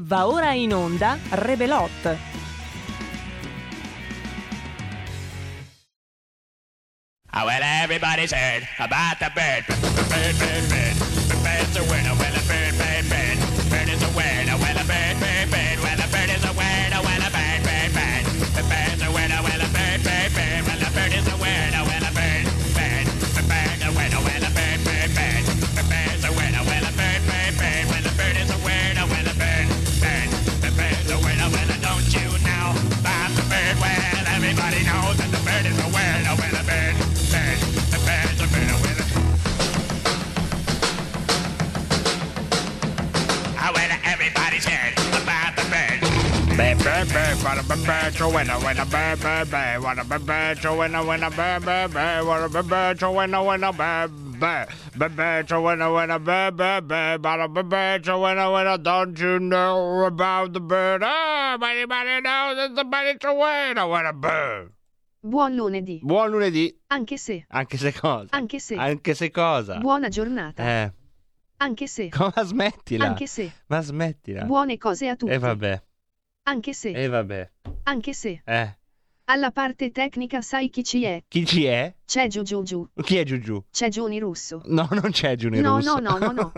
Va ora in onda Rebelot. Oh, well, everybody's heard about the bird. Bird, bird, bird. The bird's a word. Oh, well, a bird, bird, bird. Bird is a word. Oh, well, a bird, bird, bird. Well, a bird is a word. Oh, well, a bird, bird, bird. The bird's a word. Oh, well, a bird, bird, bird. Well, a bird is a word. Oh, well, a bird, bird. The bird's a word. Oh, well, a bird, bird, bird. The bird's a word. Oh, well, a bird, bird, bird. Well, a bird is a word. Oh, well, a bird, bird. The bird's a word. Oh, well, don't you know about the bird? Well, everybody knows that the bird is a word. Oh, well, a bird. Everybody's heard about the bird. Bird, bird, bird, what a bird, so when a bird, bird, bird, what a bird, so when a bird, bird, bird, what a bird, so when a bird, bird, so when a bird, bird, bird, what a bird, so when a don't you know about the bird? Oh, anybody knows that the bird is a when a bird. Buon lunedì. Buon lunedì. Anche se. Anche se cosa? Anche se. Anche se cosa? Buona giornata. Anche se. Ma smettila. Anche se. Ma smettila. Buone cose a tutti. E vabbè. Anche se. E vabbè. Anche se. Alla parte tecnica sai chi ci è? Chi ci è? C'è Giugiu. Chi è Giugiu? C'è Giuni Russo. No, non c'è Giuni Russo. No.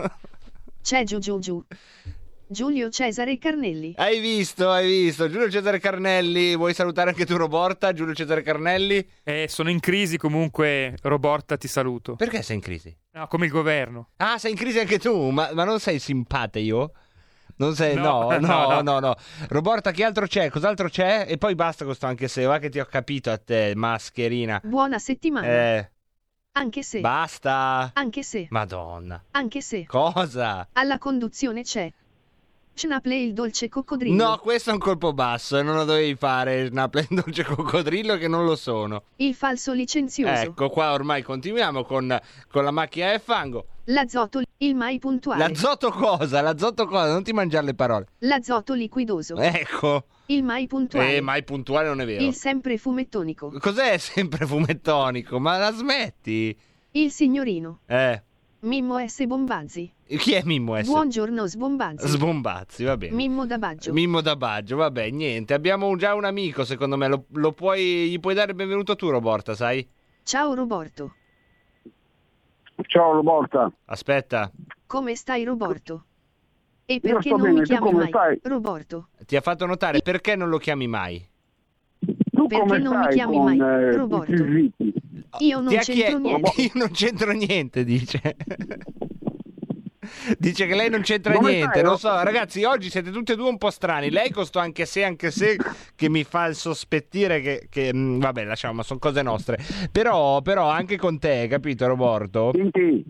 C'è Giugiu. Giulio Cesare Carnelli. Hai visto? Giulio Cesare Carnelli. Vuoi salutare anche tu Roborta, Giulio Cesare Carnelli? Sono in crisi comunque, Roborta, ti saluto. Perché sei in crisi? No, come il governo. Ah, sei in crisi anche tu? Ma non sei simpatico? Non sei... No. No. Roborta, che altro c'è? Cos'altro c'è? E poi basta con sto anche se, va che ti ho capito a te, mascherina. Buona settimana. Anche se. Basta. Anche se. Madonna. Anche se. Cosa? Alla conduzione c'è Schnaple il dolce coccodrillo. No, questo è un colpo basso e non lo dovevi fare, Schnaple il dolce coccodrillo, che non lo sono. Il falso licenzioso. Ecco, qua ormai continuiamo con la macchina e fango. L'azoto, il mai puntuale. L'azoto cosa? Non ti mangiare le parole. L'azoto liquidoso. Ecco. Il mai puntuale. Mai puntuale non è vero. Il sempre fumettonico. Cos'è sempre fumettonico? Ma la smetti? Il signorino. Mimmo S. Bombazzi. Chi è Mimmo S? Buongiorno Sbombazzi. Sbombazzi, va bene. Mimmo da Baggio, vabbè, niente. Abbiamo già un amico, secondo me. Gli puoi dare il benvenuto tu, Roborta, sai? Ciao Roborto. Ciao Roborta. Aspetta. Come stai Roborto? E perché sto non bene, mi chiami tu come mai stai? Roborto? Ti ha fatto notare perché non lo chiami mai? Tu Perché come non mi stai chiami con, mai Roborto? Io non c'entro niente. Io non c'entro niente, dice. Dice che lei non c'entra Come niente, stai? non so, ragazzi, oggi siete tutti e due un po' strani. Lei con sto anche se che mi fa il sospettire che vabbè, lasciamo, ma sono cose nostre. Però anche con te, capito, Roborto? Senti.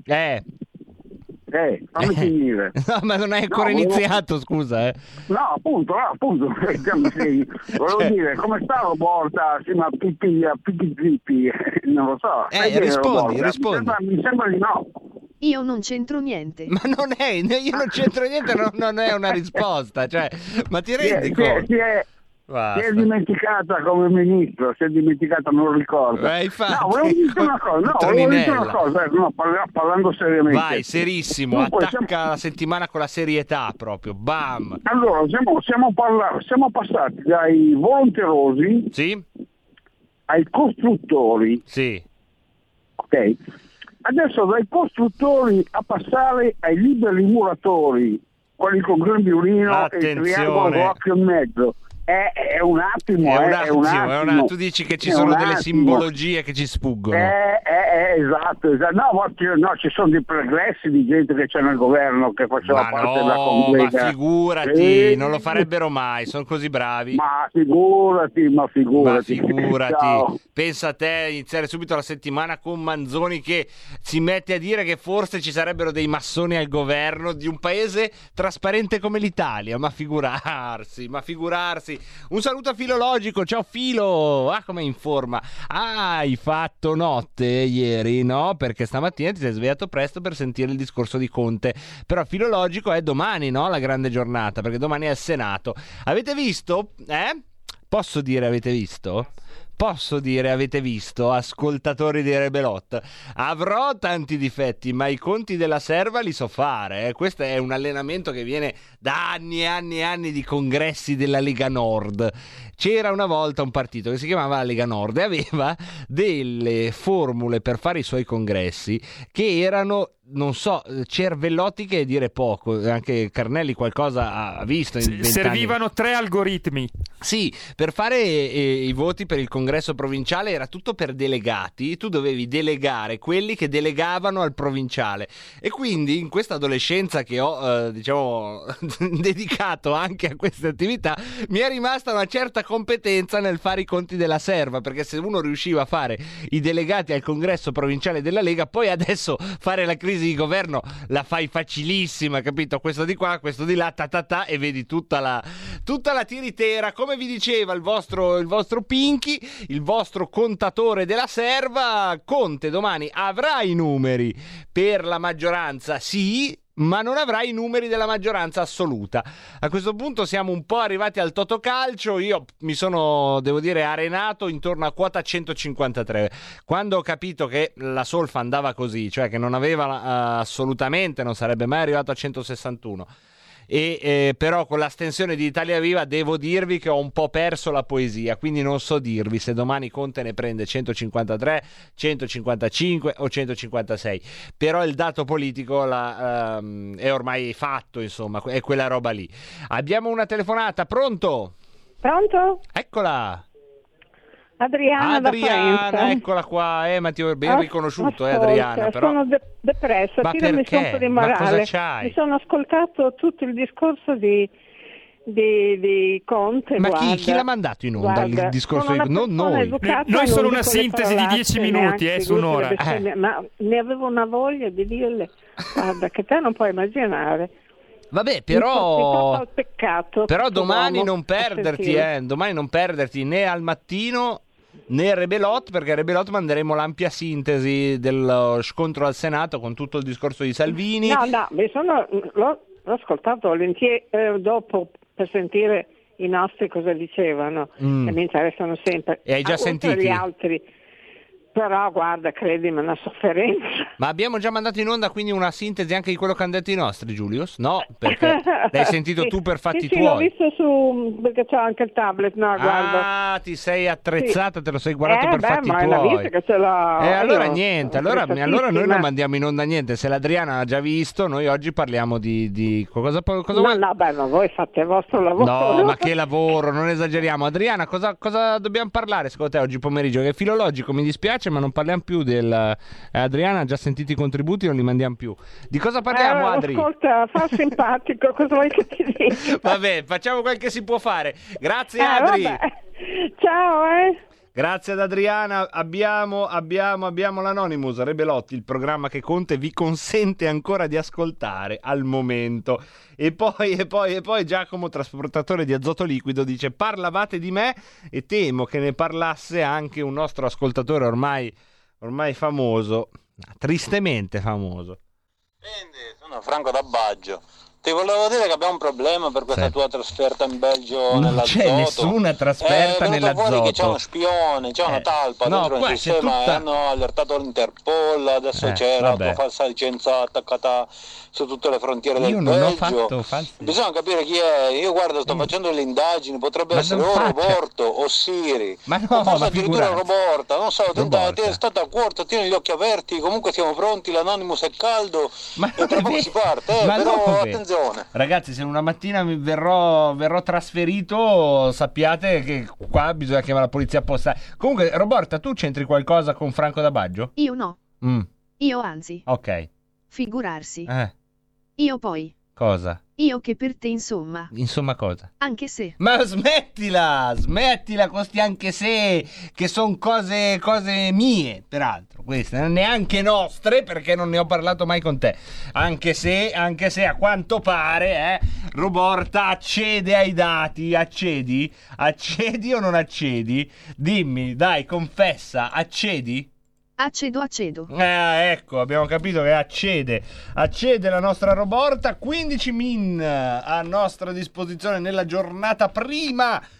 Fammi finire. No, ma non hai ancora iniziato, scusa, No, appunto. Volevo dire, come sta Roborta? Sì, ma pippi zippi, non lo so. Rispondi. Mi sembra di no. Io non c'entro niente. Ma io non c'entro niente, non è una risposta, cioè, ma ti rendi conto? Si è dimenticata come ministro, non lo ricordo. Infatti, volevo dire una cosa, parlando seriamente. Vai, serissimo, Dunque, attacca la settimana con la serietà proprio, bam. Allora, siamo passati dai volonterosi ai costruttori. Sì. Ok. Adesso dai costruttori a passare ai liberi muratori, quelli con grembiulino e il triangolo occhio in mezzo. È un attimo. Tu dici che ci sono delle simbologie che ci sfuggono. Esatto. No, ci sono dei progressi di gente che c'è nel governo che faceva parte della congrega. Ma figurati, non lo farebbero mai, sono così bravi. Ma figurati. Ciao. Pensa a te, iniziare subito la settimana con Manzoni che si mette a dire che forse ci sarebbero dei massoni al governo di un paese trasparente come l'Italia. Ma figurarsi. Un saluto a Filologico, ciao Filo. Come in forma? Hai fatto notte ieri, no? Perché stamattina ti sei svegliato presto per sentire il discorso di Conte. Però Filologico è domani, no? La grande giornata, perché domani è al Senato. Avete visto? Posso dire avete visto? posso dire, avete visto, ascoltatori di Rebelot, avrò tanti difetti, ma i conti della serva li so fare. Questo è un allenamento che viene da anni e anni e anni di congressi della Lega Nord. C'era una volta un partito che si chiamava la Lega Nord e aveva delle formule per fare i suoi congressi che erano, non so, cervellotiche e dire poco. Anche Carnelli qualcosa ha visto in 20 servivano anni. 3 algoritmi. Sì, per fare i voti per il congresso provinciale era tutto per delegati. Tu dovevi delegare quelli che delegavano al provinciale, e quindi in questa adolescenza che ho diciamo dedicato anche a queste attività mi è rimasta una certa competenza nel fare i conti della serva, perché se uno riusciva a fare i delegati al congresso provinciale della Lega, poi adesso fare la crisi di governo la fai facilissima, capito? Questo di qua, questo di là, e vedi tutta la tiritera. Come vi diceva il vostro Pinky, il vostro contatore della serva, Conte domani avrà i numeri per la maggioranza, sì, ma non avrà i numeri della maggioranza assoluta. A questo punto siamo un po' arrivati al Totocalcio. Io mi sono, devo dire, arenato intorno a quota 153 quando ho capito che la solfa andava così, cioè che non aveva assolutamente, non sarebbe mai arrivato a 161. E però con l'astensione di Italia Viva devo dirvi che ho un po' perso la poesia, quindi non so dirvi se domani Conte ne prende 153, 155 o 156, però il dato politico è ormai fatto, insomma, è quella roba lì. Abbiamo una telefonata, pronto? Pronto? Eccola! Adriana da Faenza. Eccola qua, ma ti ho ben riconosciuto, ascolta, Adriana. Però... sono depressa, ma tirami perché? su un po' di Ma morale. cosa c'hai? Mi sono ascoltato tutto il discorso di Conte. Ma guarda, chi l'ha mandato in onda il discorso? Non noi. Noi solo una sintesi di 10 minuti, su un'ora. Ma ne avevo una voglia di dirle, guarda, che te non puoi immaginare. Vabbè, però al peccato, però domani uomo, non perderti, domani non perderti né al mattino né Rebelot, perché a Rebelot manderemo l'ampia sintesi dello scontro al Senato con tutto il discorso di Salvini. No, l'ho ascoltato volentieri dopo per sentire i nostri cosa dicevano, che mi interessano sempre. E hai già sentito gli altri. Però guarda, credimi, è una sofferenza. Ma abbiamo già mandato in onda quindi una sintesi anche di quello che hanno detto i nostri, Giulius? No, perché l'hai sentito tu per fatti tuoi. L'ho visto perché c'ho anche il tablet, no, guarda. Ah, ti sei attrezzata, te lo sei guardato per fatti ma tuoi. Visto che ce l'ho. Allora niente, allora noi non mandiamo in onda niente. Se l'Adriana ha già visto, noi oggi parliamo di cosa no, voi fate il vostro lavoro. No, ma che lavoro, non esageriamo. Adriana, cosa dobbiamo parlare secondo te oggi pomeriggio? Che è filologico, mi dispiace, ma non parliamo più del... Adriana ha già sentito i contributi, non li mandiamo più. Di cosa parliamo, Adri? Ascolta, fa simpatico, cosa vuoi che ti dica? Vabbè, facciamo quel che si può fare. Grazie, Adri. Vabbè. Ciao, Grazie ad Adriana. Abbiamo l'Anonymous Rebelotti, il programma che Conte vi consente ancora di ascoltare al momento. E poi Giacomo, trasportatore di azoto liquido, dice: parlavate di me, e temo che ne parlasse anche un nostro ascoltatore ormai famoso, tristemente famoso. Sono Franco da Baggio. Ti volevo dire che abbiamo un problema per questa tua trasferta in Belgio non nell'azoto. C'è nessuna trasferta nell'azoto. Fuori che c'è uno spione, c'è una talpa dentro il sistema, hanno allertato l'Interpol, adesso c'è la tua falsa licenza attaccata su tutte le frontiere del Belgio. Io non ho fatto falsa. Bisogna capire chi è. Io guarda, sto facendo le indagini, potrebbe essere o Roborto o Siri. Ma no, forse addirittura Roborta, non so, è stata a corto, tieni gli occhi aperti, comunque siamo pronti, l'Anonymous è caldo e tra poco si parte, però attenzione. Ragazzi, se una mattina mi verrò trasferito, sappiate che qua bisogna chiamare la polizia postale. Comunque, Roborta, tu c'entri qualcosa con Franco da Baggio? Io no. Io anzi. Ok. Figurarsi. Io poi. Cosa? Io che per te, insomma. Insomma cosa? Anche se. Ma smettila con sti anche se, che sono cose mie, peraltro, queste, neanche nostre, perché non ne ho parlato mai con te. Anche se a quanto pare, Roborta accede ai dati, accedi o non accedi? Dimmi, dai, confessa, accedi? Accedo. Ecco, abbiamo capito che accede la nostra Roborta. 15 min a nostra disposizione nella giornata prima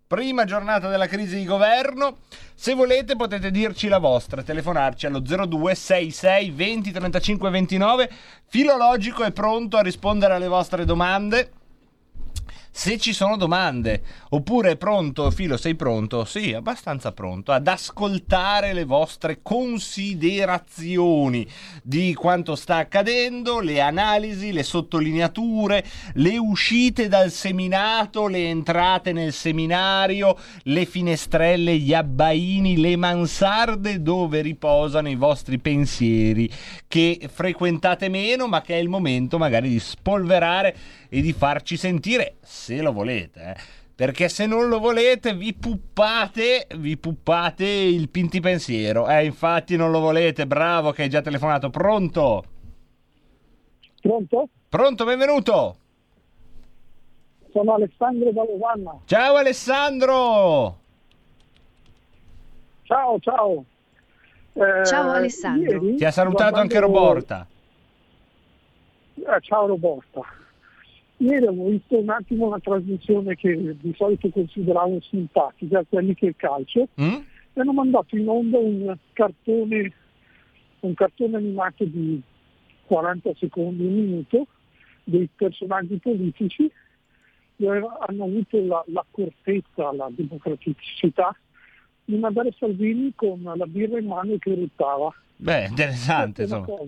prima giornata della crisi di governo. Se volete potete dirci la vostra, telefonarci allo 0266 20 35 29. Filologico è pronto a rispondere alle vostre domande. Se ci sono domande, oppure è pronto, Filo, sei pronto? Sì, abbastanza pronto ad ascoltare le vostre considerazioni di quanto sta accadendo, le analisi, le sottolineature, le uscite dal seminato, le entrate nel seminario, le finestrelle, gli abbaini, le mansarde dove riposano i vostri pensieri che frequentate meno, ma che è il momento magari di spolverare e di farci sentire, se lo volete, perché se non lo volete vi puppate il pintipensiero, infatti non lo volete. Bravo che hai già telefonato. Pronto, benvenuto. Sono Alessandro da Losanna. Ciao Alessandro. Ciao ciao Alessandro. Ti ha salutato anche Roborta. Ciao Roborta. Ieri avevo visto un attimo una trasmissione che di solito consideravo simpatica, quelli che il calcio, e hanno mandato in onda un cartone animato di 40 secondi, un minuto, dei personaggi politici, dove hanno avuto l'accortezza, la democraticità di mandare Salvini con la birra in mano che ruttava. Beh, interessante,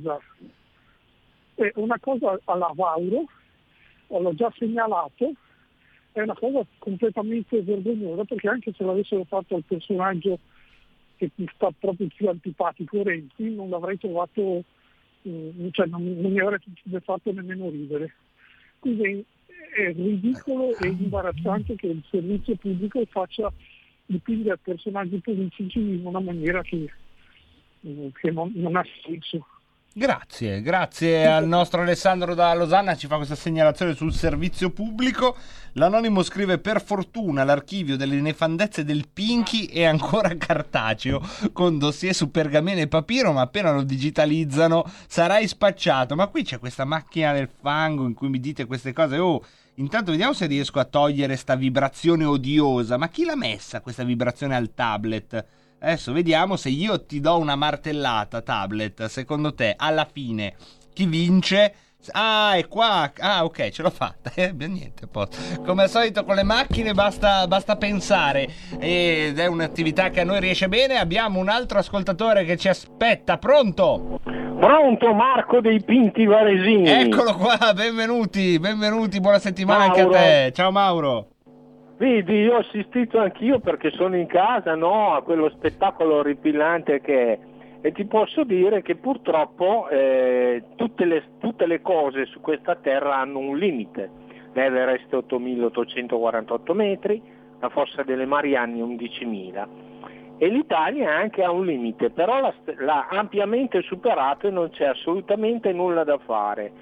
una cosa alla Vauro, l'ho già segnalato, è una cosa completamente vergognosa, perché anche se l'avessero fatto al personaggio che mi sta proprio più antipatico, Renzi, non l'avrei trovato, non mi avrebbe fatto nemmeno ridere. Quindi è ridicolo e imbarazzante che il servizio pubblico faccia dipingere personaggi politici in una maniera che non ha senso. Grazie al nostro Alessandro da Losanna, ci fa questa segnalazione sul servizio pubblico. L'anonimo scrive: per fortuna l'archivio delle nefandezze del Pinky è ancora cartaceo con dossier su pergamene e papiro, ma appena lo digitalizzano sarai spacciato. Ma qui c'è questa macchina del fango in cui mi dite queste cose. Intanto vediamo se riesco a togliere sta vibrazione odiosa. Ma chi l'ha messa questa vibrazione al tablet? Adesso vediamo se io ti do una martellata, tablet. Secondo te, alla fine, chi vince? Ah, è qua. Ah, ok, ce l'ho fatta. Niente, come al solito con le macchine basta pensare. Ed è un'attività che a noi riesce bene. Abbiamo un altro ascoltatore che ci aspetta. Pronto? Pronto, Marco dei Pinti Varesini. Eccolo qua, benvenuti. Buona settimana anche a te. Ciao Mauro. Vedi, io ho assistito anch'io perché sono in casa, a quello spettacolo orripilante che è, e ti posso dire che purtroppo tutte le cose su questa terra hanno un limite. L'Everest 8.848 metri, la Fossa delle Marianne 11.000, e l'Italia anche ha un limite, però l'ha ampiamente superato e non c'è assolutamente nulla da fare.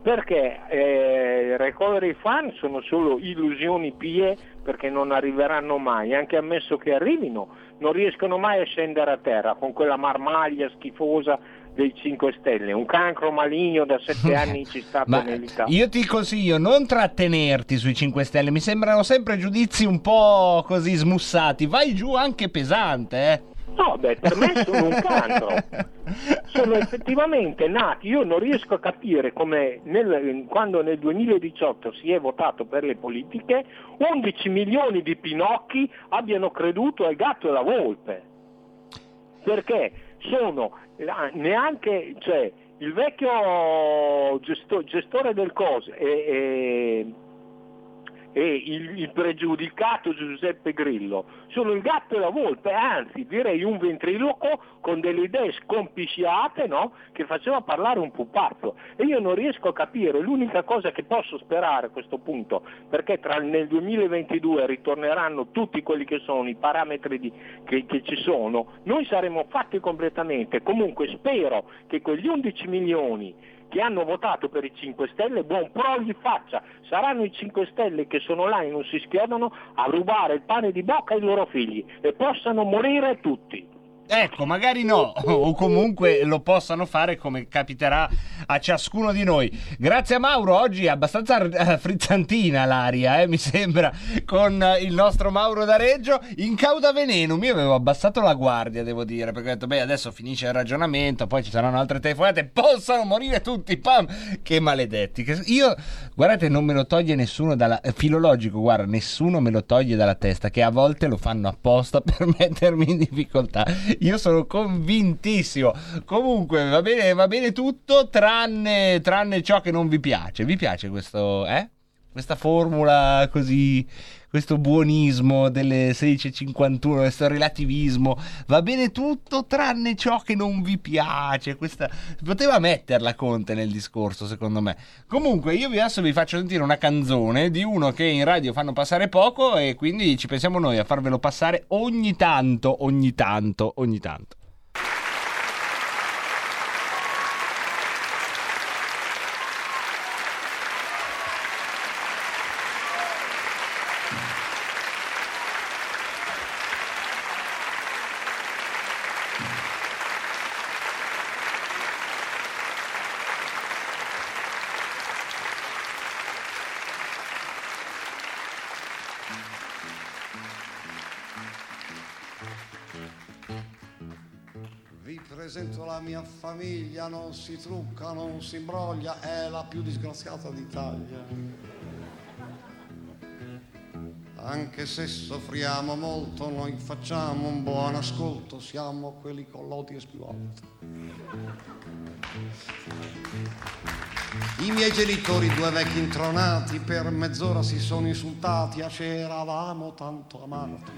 Perché recovery fund sono solo illusioni pie, perché non arriveranno mai, anche ammesso che arrivino, non riescono mai a scendere a terra con quella marmaglia schifosa dei 5 Stelle, un cancro maligno da 7 anni ci sta nell'Italia. Io ti consiglio non trattenerti sui 5 Stelle, mi sembrano sempre giudizi un po' così smussati, vai giù anche pesante, No, per me sono un cancro. Sono effettivamente nati. Io non riesco a capire come quando nel 2018 si è votato per le politiche 11 milioni di Pinocchi abbiano creduto al gatto e alla volpe. Perché sono neanche, il vecchio gestore del COS e il pregiudicato Giuseppe Grillo sono il gatto e la volpe, anzi direi un ventriloquo con delle idee scompisciate, che faceva parlare un pupazzo, e io non riesco a capire. L'unica cosa che posso sperare a questo punto, perché nel 2022 ritorneranno tutti quelli che sono i parametri che ci sono, noi saremo fatti completamente. Comunque spero che quegli 11 milioni che hanno votato per i 5 Stelle, buon pro gli faccia. Saranno i 5 Stelle che sono là e non si schiodano a rubare il pane di bocca ai loro figli e possano morire tutti. Ecco, magari no, o comunque lo possano fare come capiterà a ciascuno di noi. Grazie a Mauro, oggi è abbastanza frizzantina l'aria, mi sembra, con il nostro Mauro da Reggio. In cauda venenum, io avevo abbassato la guardia, devo dire, perché ho detto, adesso finisce il ragionamento, poi ci saranno altre telefonate, possano morire tutti, pam! Che maledetti. Io, guardate, non me lo toglie nessuno dalla... filologico, guarda, nessuno me lo toglie dalla testa, che a volte lo fanno apposta per mettermi in difficoltà. Io sono convintissimo. Comunque va bene tutto tranne ciò che non vi piace. Vi piace questo, questa formula così, questo buonismo delle 16:51, questo relativismo? Va bene tutto tranne ciò che non vi piace. Questa poteva metterla Conte nel discorso, secondo me. Comunque io adesso vi faccio sentire una canzone di uno che in radio fanno passare poco, e quindi ci pensiamo noi a farvelo passare ogni tanto. Presento la mia famiglia, non si trucca, non si imbroglia, è la più disgraziata d'Italia. Anche se soffriamo molto, noi facciamo un buon ascolto, siamo quelli con l'odies più alto. I miei genitori, due vecchi intronati, per mezz'ora si sono insultati, c'eravamo tanto amati.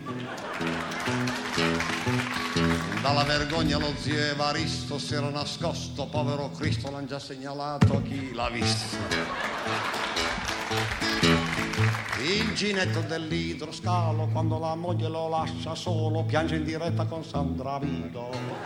Dalla vergogna lo zio Evaristo si era nascosto, povero Cristo, l'han già segnalato a chi l'ha visto. Il ginetto dell'idroscalo, quando la moglie lo lascia solo, piange in diretta con Sandra Vito.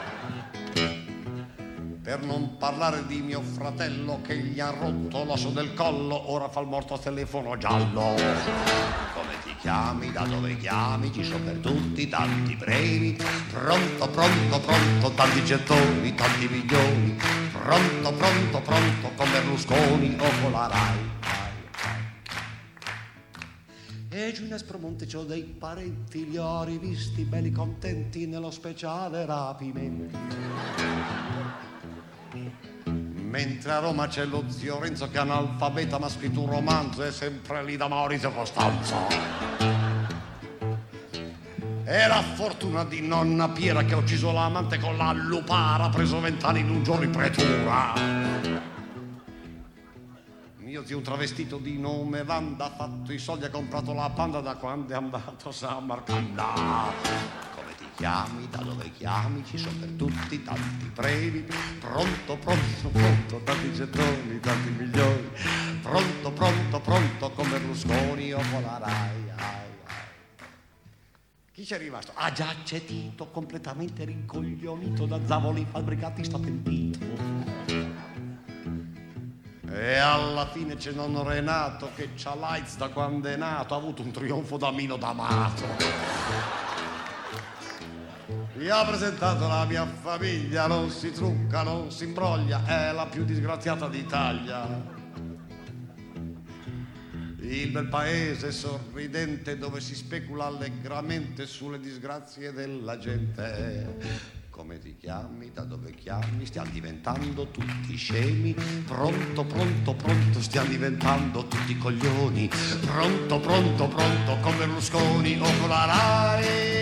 Per non parlare di mio fratello che gli ha rotto l'osso del collo, ora fa il morto a telefono giallo. Come ti chiami, da dove chiami, ci sono per tutti tanti premi. Pronto, pronto, pronto, tanti gettoni, tanti milioni. Pronto, pronto, pronto, con Berlusconi o con la Rai. E giù in Aspromonte c'ho dei parenti, li ho rivisti belli contenti nello speciale rapimenti. Mentre a Roma c'è lo zio Renzo che è analfabeta ma ha scritto un romanzo, è sempre lì da Maurizio Costanzo. E la fortuna di nonna Piera che ha ucciso l'amante con la lupara, ha preso 20 anni in un giorno in pretura. Mio zio un travestito di nome Vanda ha fatto i soldi, ha comprato la Panda da quando è andato a Samarcanda. Chiami, da dove chiami, ci sono per tutti tanti premi. Pronto, pronto, pronto, tanti gettoni, tanti milioni. Pronto, pronto, pronto, con Berlusconi o con la Rai. Chi c'è rimasto? Ah già, c'è Tito, completamente rincoglionito da Zavoli fabbricati, sta pentito. E alla fine c'è nonno Renato che c'ha l'AIDS da quando è nato, ha avuto un trionfo da Mino D'Amato. Vi ho presentato la mia famiglia, non si trucca, non si imbroglia, è la più disgraziata d'Italia. Il bel paese sorridente dove si specula allegramente sulle disgrazie della gente. Come ti chiami, da dove chiami, stiamo diventando tutti scemi. Pronto, pronto, pronto, stiamo diventando tutti coglioni. Pronto, pronto, pronto, con Berlusconi o con la Rai.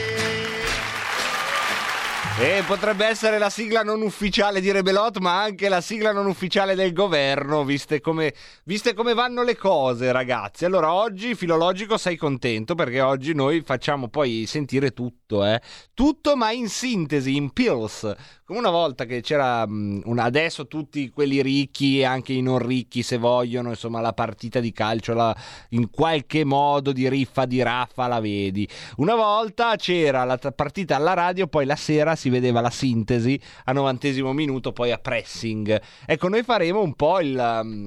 E potrebbe essere la sigla non ufficiale di Rebelot, ma anche la sigla non ufficiale del governo, viste come vanno le cose, ragazzi. Allora oggi, Filologico, sei contento perché oggi noi facciamo poi sentire tutto, tutto, ma in sintesi, in pills. Come una volta che c'era adesso tutti quelli ricchi e anche i non ricchi, se vogliono, insomma, la partita di calcio in qualche modo di riffa, di raffa la vedi. Una volta c'era la partita alla radio, poi la sera si vedeva la sintesi a 90° minuto, poi a pressing. Ecco, noi faremo un po' il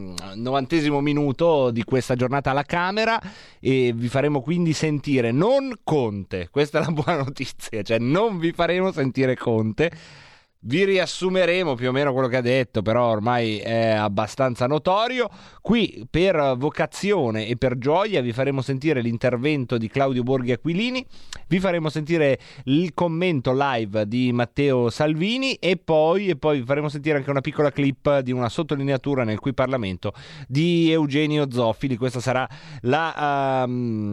90° minuto di questa giornata alla Camera e vi faremo quindi sentire non Conte, questa è la buona notizia, cioè non vi faremo sentire Conte. Vi riassumeremo più o meno quello che ha detto, però ormai è abbastanza notorio. Qui per vocazione e per gioia vi faremo sentire l'intervento di Claudio Borghi Aquilini, vi faremo sentire il commento live di Matteo Salvini e poi vi faremo sentire anche una piccola clip di una sottolineatura nel Qui Parlamento di Eugenio Zoffili. Questa sarà la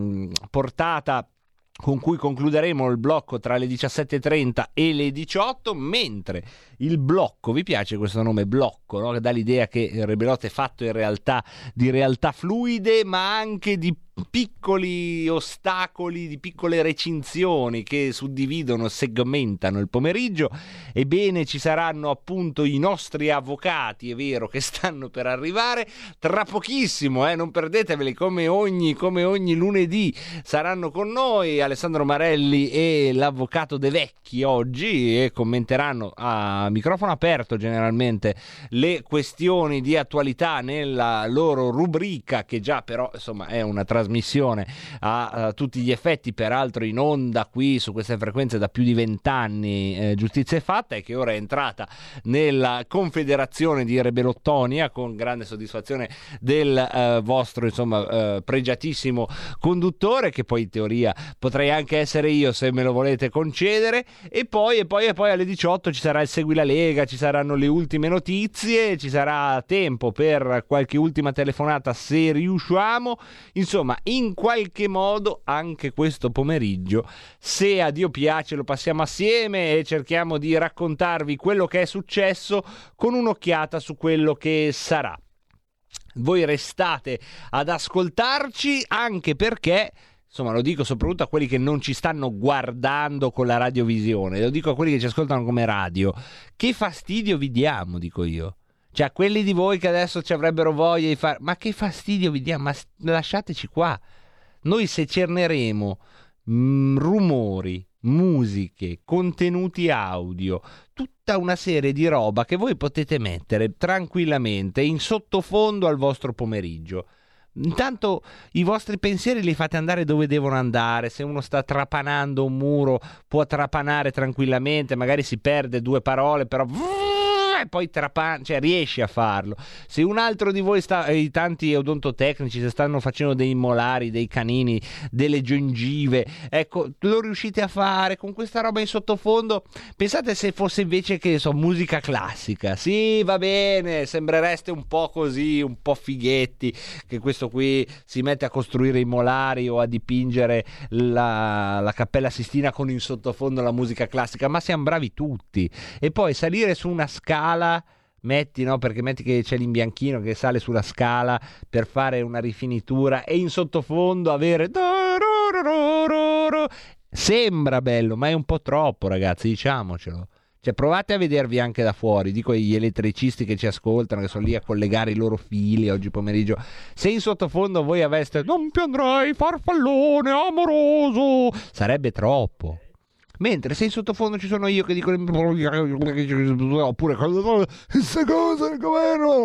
portata con cui concluderemo il blocco tra le 17.30 e le 18, mentre il blocco, vi piace questo nome blocco, no? Che dà l'idea che il Rebelot è fatto in realtà di realtà fluide, ma anche di piccoli ostacoli, di piccole recinzioni che suddividono, segmentano il pomeriggio. Ebbene, ci saranno appunto i nostri avvocati, è vero, che stanno per arrivare tra pochissimo, non perdeteveli, come ogni lunedì saranno con noi Alessandro Marelli e l'avvocato De Vecchi oggi, e commenteranno a microfono aperto generalmente le questioni di attualità nella loro rubrica, che già però insomma è una trasmissione a tutti gli effetti, peraltro in onda qui su queste frequenze da più di 20 anni, Giustizia è fatta, e che ora è entrata nella confederazione di Rebelottonia con grande soddisfazione del vostro pregiatissimo conduttore, che poi in teoria potrei anche essere io se me lo volete concedere. E poi alle 18 ci sarà il Segui la Lega, ci saranno le ultime notizie, ci sarà tempo per qualche ultima telefonata se riusciamo. Insomma, in qualche modo anche questo pomeriggio, se a Dio piace, lo passiamo assieme e cerchiamo di raccontarvi quello che è successo con un'occhiata su quello che sarà. Voi restate ad ascoltarci, anche perché, insomma, lo dico soprattutto a quelli che non ci stanno guardando con la radiovisione, lo dico a quelli che ci ascoltano come radio, che fastidio vi diamo, dico io. Cioè, a quelli di voi che adesso ci avrebbero voglia di fare, ma che fastidio vi diamo, ma lasciateci qua. Noi secerneremo rumori, musiche, contenuti audio, tutta una serie di roba che voi potete mettere tranquillamente in sottofondo al vostro pomeriggio. Intanto i vostri pensieri li fate andare dove devono andare. Se uno sta trapanando un muro può trapanare tranquillamente, magari si perde 2 parole, però e poi riesce a farlo. Se un altro di voi i tanti odontotecnici, se stanno facendo dei molari, dei canini, delle gengive, ecco, lo riuscite a fare con questa roba in sottofondo. Pensate se fosse invece, che so, musica classica. Sì, va bene, sembrereste un po' così, un po' fighetti, che questo qui si mette a costruire i molari o a dipingere la Cappella Sistina con in sottofondo la musica classica, ma siamo bravi tutti. E poi salire su una scala, metti che c'è l'imbianchino che sale sulla scala per fare una rifinitura, e in sottofondo avere sembra bello, ma è un po' troppo, ragazzi, diciamocelo. Cioè, provate a vedervi anche da fuori, dico gli elettricisti che ci ascoltano, che sono lì a collegare i loro fili oggi pomeriggio. Se in sottofondo voi aveste "non piangrai farfallone amoroso", sarebbe troppo. Mentre se in sottofondo ci sono io che dico, oppure queste cose del governo,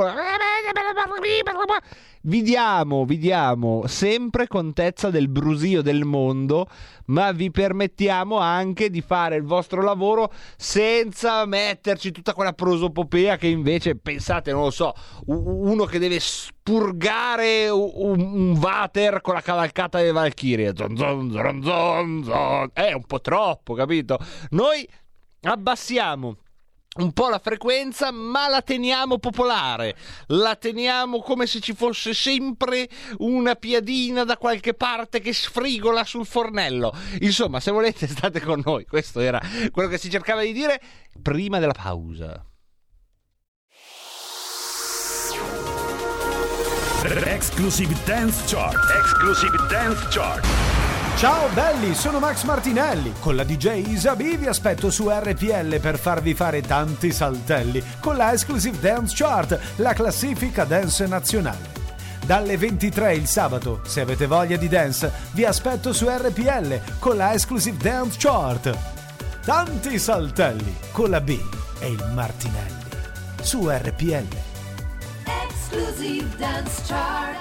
vi diamo sempre contezza del brusio del mondo, ma vi permettiamo anche di fare il vostro lavoro senza metterci tutta quella prosopopea che invece, pensate, non lo so, uno che deve spurgare un water con la cavalcata delle Valchirie, è un po' troppo, capito? Noi abbassiamo un po' la frequenza, ma la teniamo popolare, la teniamo come se ci fosse sempre una piadina da qualche parte che sfrigola sul fornello. Insomma, se volete state con noi, questo era quello che si cercava di dire prima della pausa. Exclusive Dance Chart. Exclusive Dance Chart. Ciao belli, sono Max Martinelli. Con la DJ Isabi vi aspetto su RPL per farvi fare tanti saltelli con la Exclusive Dance Chart, la classifica dance nazionale. Dalle 23 il sabato, se avete voglia di dance, vi aspetto su RPL con la Exclusive Dance Chart. tanti saltelli con la B e il Martinelli su RPL. Exclusive Dance Chart.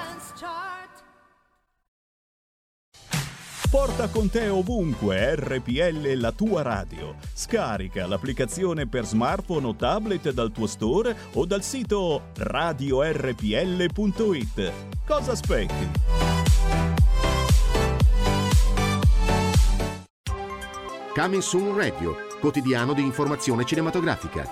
Porta con te ovunque RPL, la tua radio. Scarica l'applicazione per smartphone o tablet dal tuo store o dal sito radiorpl.it. Cosa aspetti? Coming Soon Radio, quotidiano di informazione cinematografica.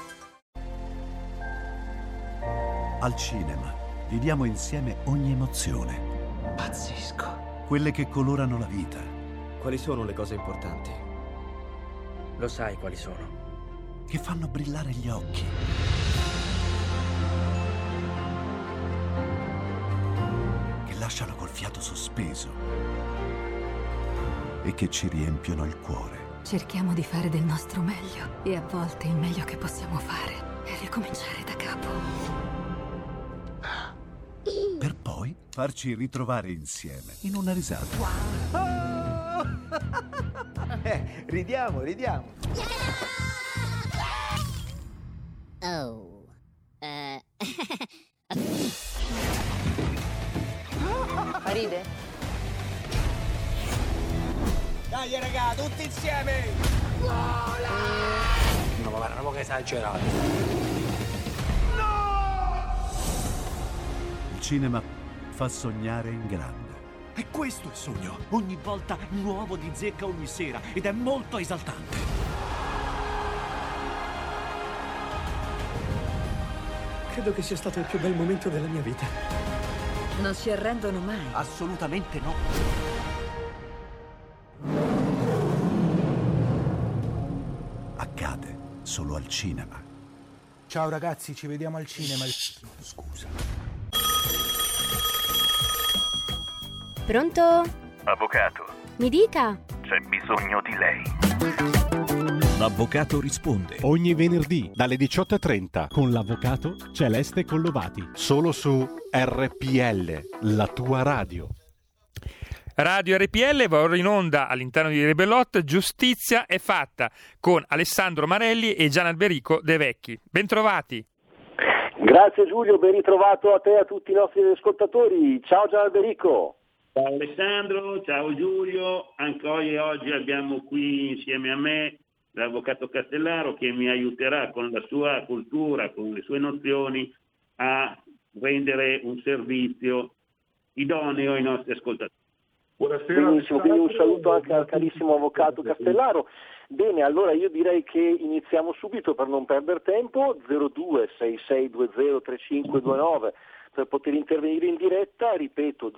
Al cinema viviamo insieme ogni emozione. Pazzesco. Quelle che colorano la vita. Quali sono le cose importanti? Lo sai quali sono? Che fanno brillare gli occhi. Che lasciano col fiato sospeso. E che ci riempiono il cuore. Cerchiamo di fare del nostro meglio e a volte il meglio che possiamo fare è ricominciare da capo. Per poi farci ritrovare insieme in una risata. Ridiamo. Oh. Ride? Dai raga, tutti insieme! Vola! No, ma guarda, che esagerato. Il cinema fa sognare in grande. E questo è il sogno. Ogni volta nuovo di zecca ogni sera. Ed è molto esaltante. Credo che sia stato il più bel momento della mia vita. Non si arrendono mai. Assolutamente no. Accade solo al cinema. Ciao ragazzi, ci vediamo al cinema. Scusa. Pronto? Avvocato, Mi dica. c'è bisogno di lei. L'avvocato risponde. Ogni venerdì dalle 18:30 con l'avvocato Celeste Collovati. Solo su RPL, la tua radio. Radio RPL va ora in onda all'interno di Rebelot. Giustizia è fatta con Alessandro Marelli e Gian Alberico De Vecchi. Bentrovati. Grazie Giulio, ben ritrovato a te e a tutti i nostri ascoltatori. Ciao Gian Alberico. Ciao Alessandro, ciao Giulio. Anche oggi abbiamo qui insieme a me l'avvocato Castellaro che mi aiuterà con la sua cultura, con le sue nozioni a rendere un servizio idoneo ai nostri ascoltatori. Buonasera. Benissimo, quindi un saluto anche al carissimo avvocato Castellaro. Bene, allora io direi che iniziamo subito per non perdere tempo. 0266203529 per poter intervenire in diretta, ripeto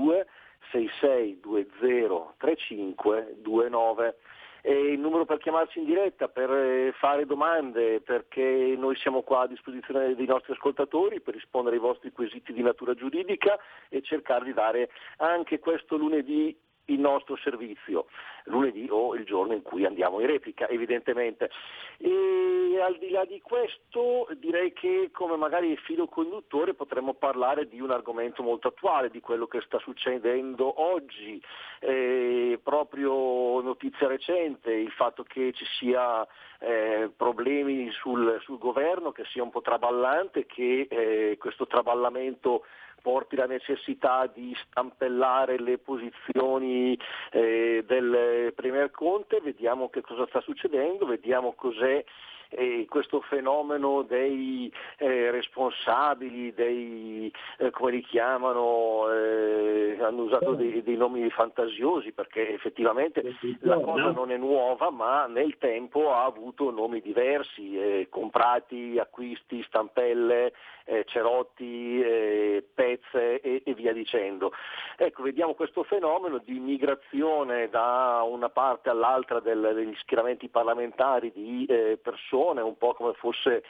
0266203529. E il numero per chiamarci in diretta, per fare domande, perché noi siamo qua a disposizione dei nostri ascoltatori per rispondere ai vostri quesiti di natura giuridica e cercare di dare anche questo lunedì il nostro servizio, lunedì o il giorno in cui andiamo in replica evidentemente. E al di là di questo direi che come magari filo conduttore potremmo parlare di un argomento molto attuale, di quello che sta succedendo oggi, proprio notizia recente, il fatto che ci sia problemi sul governo, che sia un po' traballante, che questo traballamento porti la necessità di stampellare le posizioni del Premier Conte. Vediamo che cosa sta succedendo, vediamo cos'è questo fenomeno dei responsabili, dei come li chiamano, hanno usato dei nomi fantasiosi perché effettivamente la cosa non è nuova, ma nel tempo ha avuto nomi diversi, comprati, acquisti, stampelle, cerotti, pezze e via dicendo. Ecco, vediamo questo fenomeno di migrazione da una parte all'altra degli schieramenti parlamentari di persone, un po' come fosse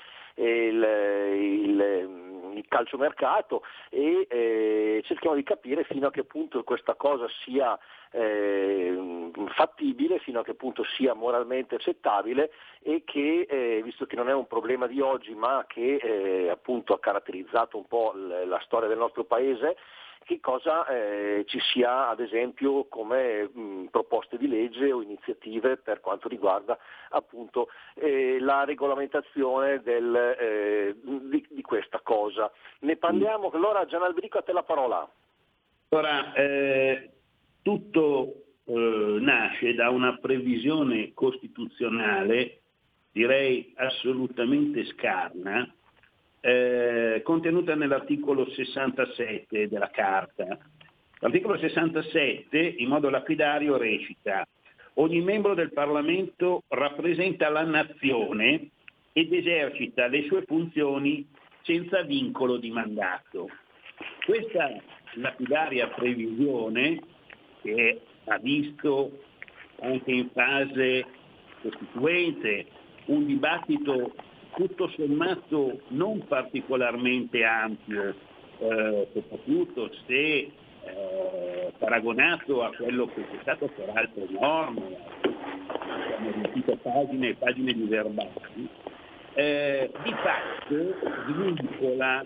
il calciomercato, e cerchiamo di capire fino a che punto questa cosa sia fattibile, fino a che punto sia moralmente accettabile e che, visto che non è un problema di oggi ma che appunto ha caratterizzato un po' la storia del nostro paese, che cosa ci sia ad esempio come proposte di legge o iniziative per quanto riguarda appunto la regolamentazione di questa cosa. Ne parliamo, allora Gian Alberico, a te la parola. Ora, tutto nasce da una previsione costituzionale, direi assolutamente scarna, contenuta nell'articolo 67 della Carta. L'articolo 67 in modo lapidario recita: ogni membro del Parlamento rappresenta la nazione ed esercita le sue funzioni senza vincolo di mandato. Questa lapidaria previsione, che ha visto anche in fase costituente un dibattito tutto sommato non particolarmente ampio, soprattutto se paragonato a quello che è stato per altre norme, abbiamo riempito pagine e pagine di verbali, di fatto svincola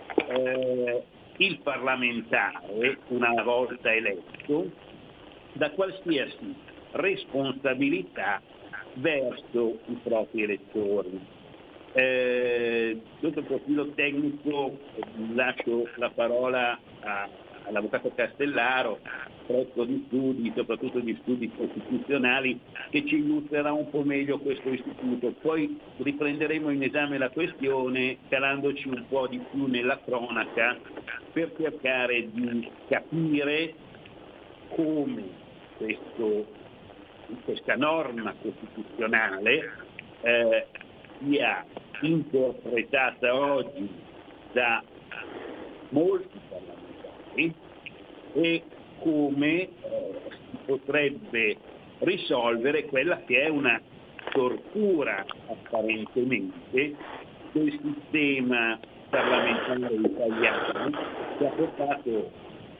il parlamentare, una volta eletto, da qualsiasi responsabilità verso i propri elettori. Sotto il profilo tecnico lascio la parola all'avvocato Castellaro, presso di studi, soprattutto di studi costituzionali, che ci illustrerà un po' meglio questo istituto. Poi riprenderemo in esame la questione calandoci un po' di più nella cronaca per cercare di capire come questa norma costituzionale sia interpretata oggi da molti parlamentari e come si potrebbe risolvere quella che è una tortura apparentemente del sistema parlamentare italiano, che ha portato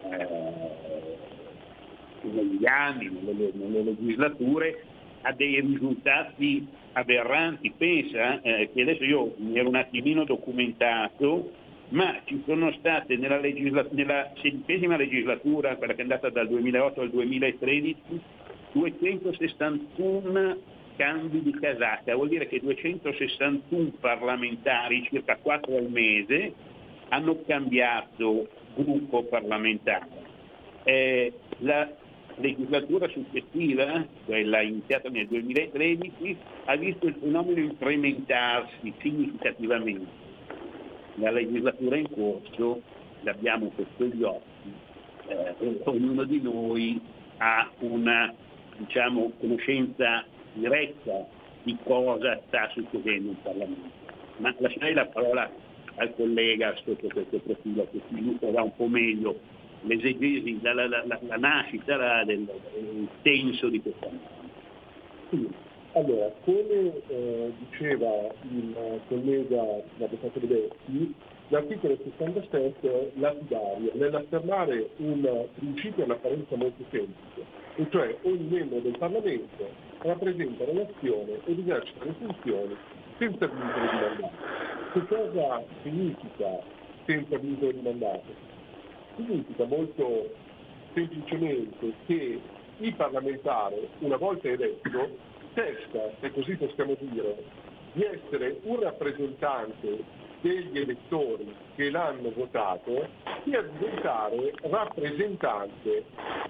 negli anni, nelle legislature, a dei risultati aberranti. Pensa che adesso io mi ero un attimino documentato, ma ci sono state nella 16ª legislatura, quella che è andata dal 2008 al 2013, 261 cambi di casacca. Vuol dire che 261 parlamentari, circa 4 al mese, hanno cambiato gruppo parlamentare. La legislatura successiva, quella iniziata nel 2013, ha visto il fenomeno incrementarsi significativamente. La legislatura in corso l'abbiamo sotto gli occhi, ognuno di noi ha una conoscenza diretta di cosa sta succedendo in Parlamento. Ma lascerei la parola al collega sotto questo profilo, che si illustrerà un po' meglio l'esegesi, la nascita del senso di questa norma. Allora, come diceva il collega l'avvocato De Vecchi, l'articolo 67 è lapidario nell'affermare un principio all'apparenza molto semplice, e cioè ogni membro del Parlamento rappresenta la nazione ed esercita le funzioni senza vincolo di mandato. Che cosa significa senza vincolo di mandato? Significa molto semplicemente che il parlamentare, una volta eletto, testa, se così possiamo dire, di essere un rappresentante degli elettori che l'hanno votato e a diventare rappresentante,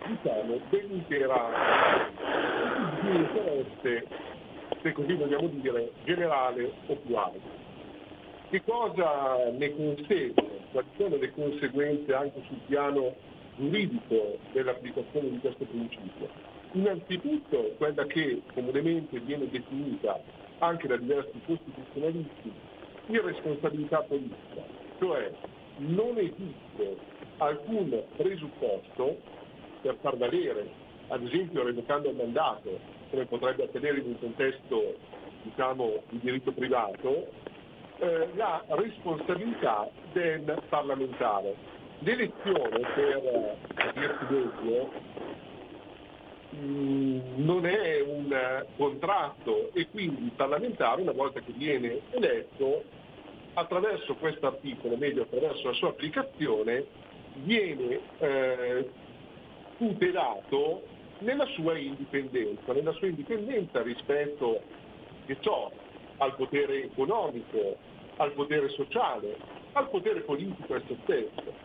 dell'intera di interesse, se così vogliamo dire, generale o più alto. Che cosa ne consegue? Quali sono le conseguenze anche sul piano giuridico dell'applicazione di questo principio? Innanzitutto quella che comunemente viene definita anche da diversi costituzionalisti irresponsabilità politica, cioè non esiste alcun presupposto per far valere, ad esempio revocando il mandato, come potrebbe accadere in un contesto di diritto privato, la responsabilità del parlamentare. L'elezione, per dirsi meglio, non è un contratto e quindi il parlamentare, una volta che viene eletto, attraverso questo articolo, meglio attraverso la sua applicazione, viene tutelato nella sua indipendenza rispetto, che so, al potere economico, al potere sociale, al potere politico esso stesso.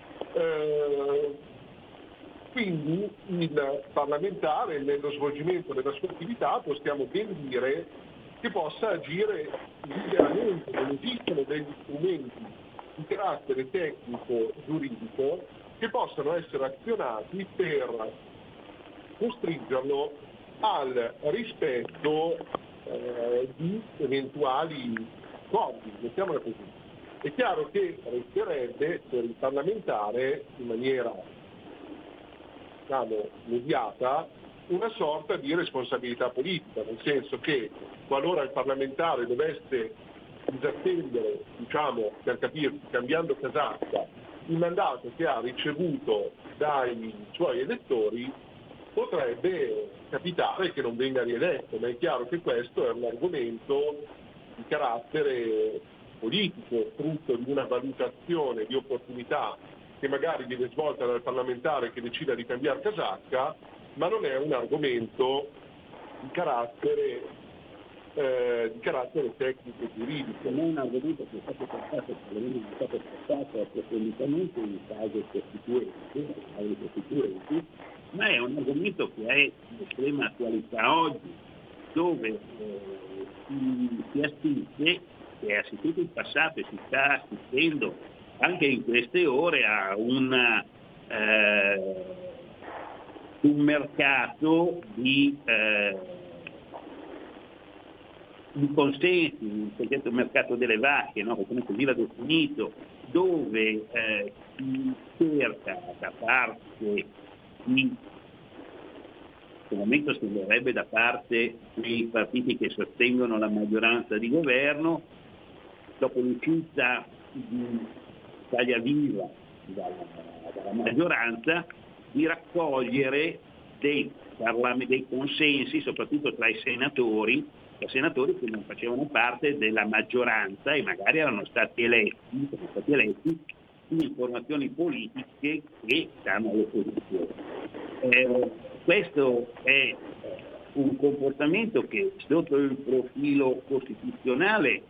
Quindi il parlamentare nello svolgimento della sua attività possiamo ben dire che possa agire liberamente, non esistono degli strumenti di carattere tecnico giuridico che possano essere azionati per costringerlo al rispetto di eventuali codici, mettiamola così. È chiaro che resterebbe per il parlamentare in maniera, diciamo, immediata una sorta di responsabilità politica, nel senso che qualora il parlamentare dovesse disattendere, diciamo, per capirci, cambiando casacca, il mandato che ha ricevuto dai suoi elettori, potrebbe capitare che non venga rieletto, ma è chiaro che questo è un argomento di carattere politico, frutto di una valutazione di opportunità che magari viene svolta dal parlamentare che decida di cambiare casacca, ma non è un argomento di carattere tecnico e giuridico. Non è un argomento che è stato trattato, è stato trattato approfonditamente in cause costituenti, ma è un argomento che è di estrema attualità oggi, dove si assiste, si è assistito in passato e si sta assistendo anche in queste ore a un mercato di consensi, il cosiddetto mercato delle vacche, no? Come così l'ha definito, dove si cerca da parte in questo momento sembrerebbe da parte dei partiti che sostengono la maggioranza di governo, dopo l'uscita di Italia Viva dalla maggioranza, di raccogliere dei consensi, soprattutto tra i senatori che non facevano parte della maggioranza e magari erano stati eletti in formazioni politiche che stanno all'opposizione. Questo è un comportamento che sotto il profilo costituzionale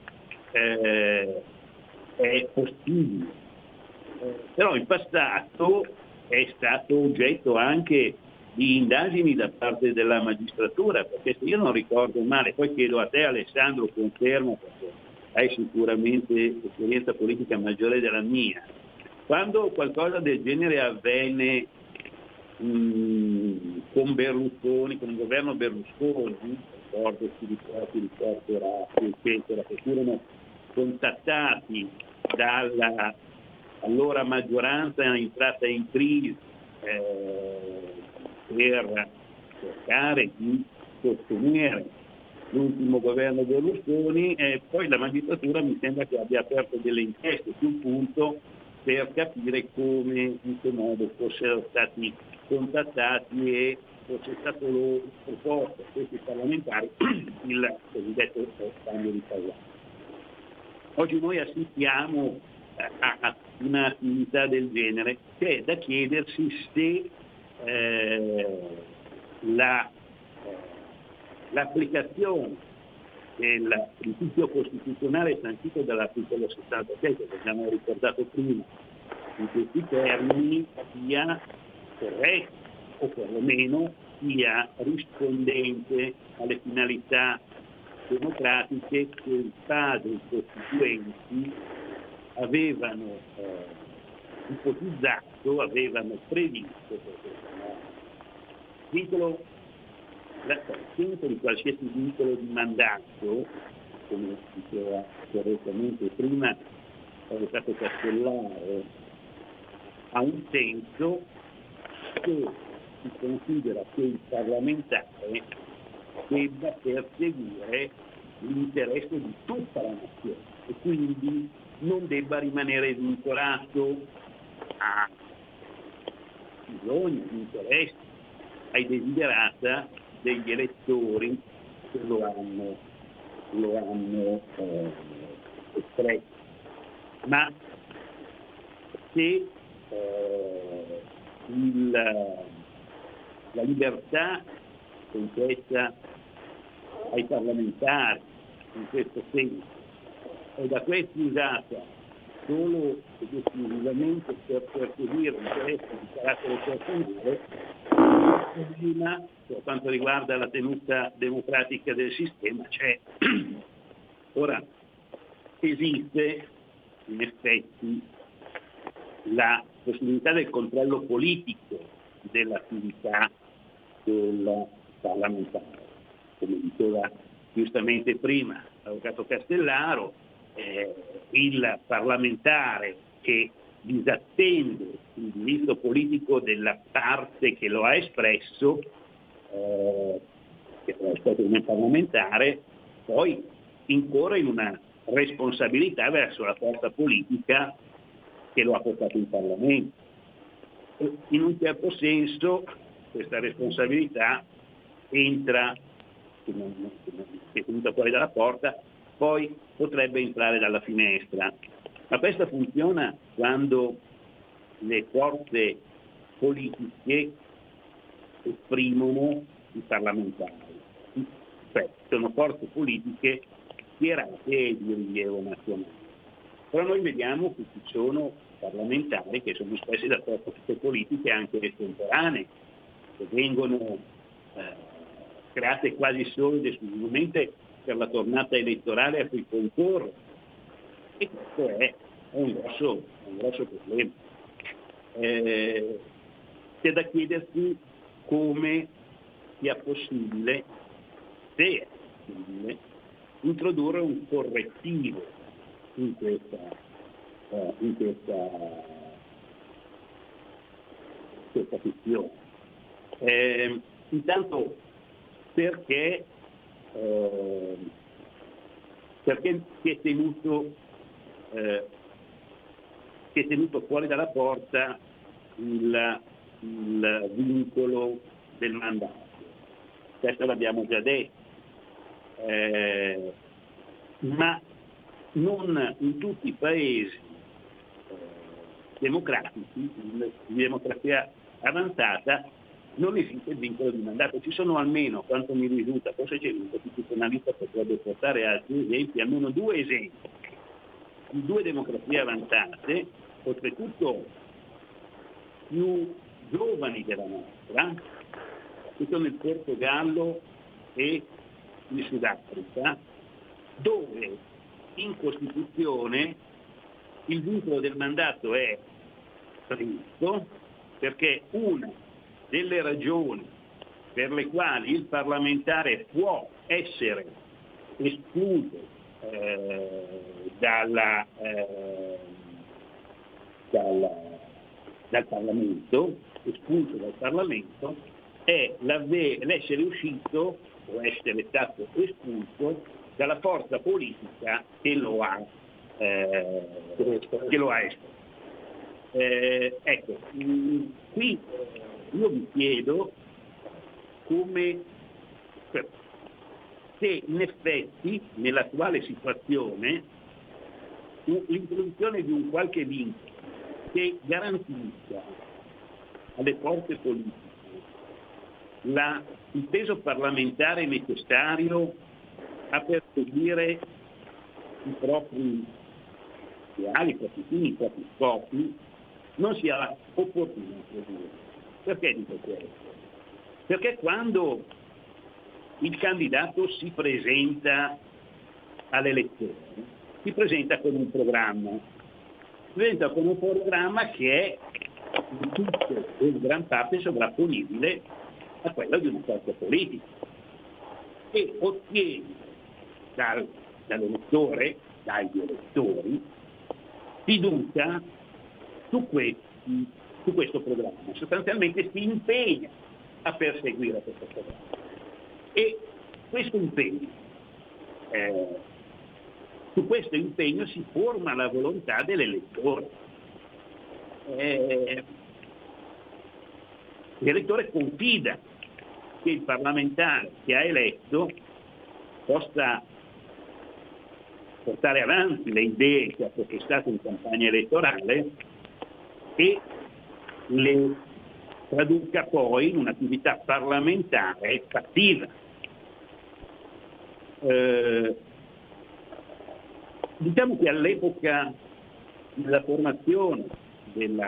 è possibile, però in passato è stato oggetto anche di indagini da parte della magistratura, perché se io non ricordo male, poi chiedo a te Alessandro, conferma perché hai sicuramente esperienza politica maggiore della mia, quando qualcosa del genere avvenne con Berlusconi, con il governo Berlusconi, ricordo Razzi, eccetera, che furono contattati dalla allora maggioranza entrata in crisi per cercare di sostenere l'ultimo governo Berlusconi, e poi la magistratura mi sembra che abbia aperto delle inchieste sul punto per capire come, in che modo fossero stati contattati e fosse stato loro proposto a questi parlamentari il cosiddetto cambio di casacca. Oggi noi assistiamo a un'attività del genere che è da chiedersi se l'applicazione del principio costituzionale sancito dall'articolo 67, che abbiamo ricordato prima, in questi termini sia corretto o perlomeno sia rispondente alle finalità democratiche che i padri costituenti avevano ipotizzato, avevano previsto per questa norma. L'assenza di qualsiasi vincolo di mandato, come diceva correttamente prima l'avvocato Castellaro, ha un senso se si considera che il parlamentare debba perseguire l'interesse di tutta la nazione e quindi non debba rimanere vincolato a bisogni, interessi, ai desiderata degli elettori che lo hanno espresso. Ma se la libertà concessa ai parlamentari in questo senso è da questi usata solo ed esclusivamente per perseguire interessi di carattere personale, prima per quanto riguarda la tenuta democratica del sistema c'è. Ora, esiste in effetti la possibilità del controllo politico dell'attività del parlamentare, come diceva giustamente prima l'avvocato Castellaro. Il parlamentare che disattende il diritto politico della parte che lo ha espresso, che lo ha espresso come parlamentare, poi incorre in una responsabilità verso la forza politica che lo ha portato in Parlamento. E in un certo senso questa responsabilità entra, che è venuta fuori dalla porta, poi potrebbe entrare dalla finestra. Ma questo funziona quando le forze politiche esprimono i parlamentari. Cioè, sono forze politiche schierate e di rilievo nazionale. Però noi vediamo che ci sono parlamentari che sono espressi da forze politiche anche estemporanee, che vengono create quasi solo ed esclusivamente per la tornata elettorale a cui concorrono. E questo è un grosso problema. C'è da chiedersi come sia possibile, se è possibile, introdurre un correttivo in questa questione. Intanto perché si è tenuto fuori dalla porta il vincolo del mandato. Questo l'abbiamo già detto, ma non in tutti i paesi democratici, di democrazia avanzata, non esiste il vincolo di mandato. Ci sono almeno, quanto mi risulta, forse c'è un costituzionalista che potrebbe portare altri esempi, almeno 2 esempi di 2 democrazie avanzate, oltretutto più giovani della nostra, che sono il Portogallo e il Sudafrica, dove in Costituzione il vincolo del mandato è previsto perché una delle ragioni per le quali il parlamentare può essere escluso dal Parlamento, espulso dal Parlamento, è l'essere uscito o essere stato espulso dalla forza politica che lo ha espresso. Ecco, qui io mi chiedo come, se in effetti nell'attuale situazione l'introduzione di un qualche vincolo che garantisca alle forze politiche il peso parlamentare necessario a perseguire i propri ideali, i propri fini, i propri scopi, non sia opportuno. Perché dico questo? Perché quando il candidato si presenta alle elezioni, si presenta con un programma. Si presenta con un programma che è in tutto o in gran parte sovrapponibile a quello di una forza politica e ottiene dall'elettore, dagli elettori, fiducia su questo programma. Sostanzialmente si impegna a perseguire questo programma. E questo impegno, su questo impegno si forma la volontà dell'elettore. L'elettore confida che il parlamentare che ha eletto possa portare avanti le idee che ha professato in campagna elettorale e le traduca poi in un'attività parlamentare fattiva. Diciamo che all'epoca della formazione della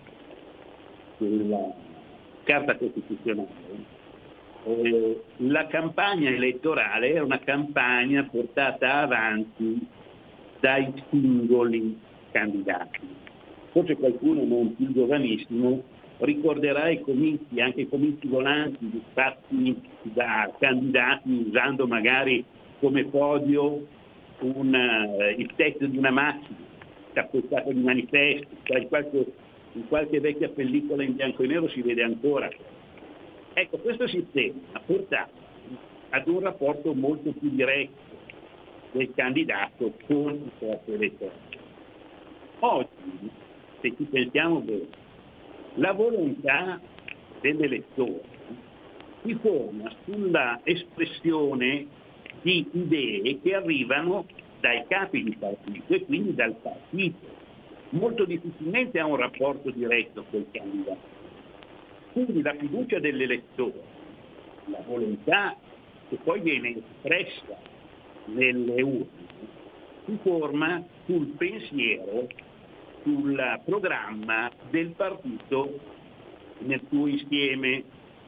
Carta Costituzionale, la campagna elettorale era una campagna portata avanti dai singoli candidati. Forse qualcuno non più giovanissimo ricorderà i comizi, anche i comizi volanti fatti da candidati usando magari come podio il tetto di una macchina tappezzata di manifesti. In qualche vecchia pellicola in bianco e nero si vede ancora. Ecco, questo sistema ha portato ad un rapporto molto più diretto del candidato con il corpo elettorale. Oggi, se ci pensiamo bene, la volontà dell'elettore si forma sulla espressione di idee che arrivano dai capi di partito e quindi dal partito. Molto difficilmente ha un rapporto diretto col candidato. Quindi la fiducia dell'elettore, la volontà che poi viene espressa nelle urne, si forma sul pensiero, sul programma del partito nel suo insieme.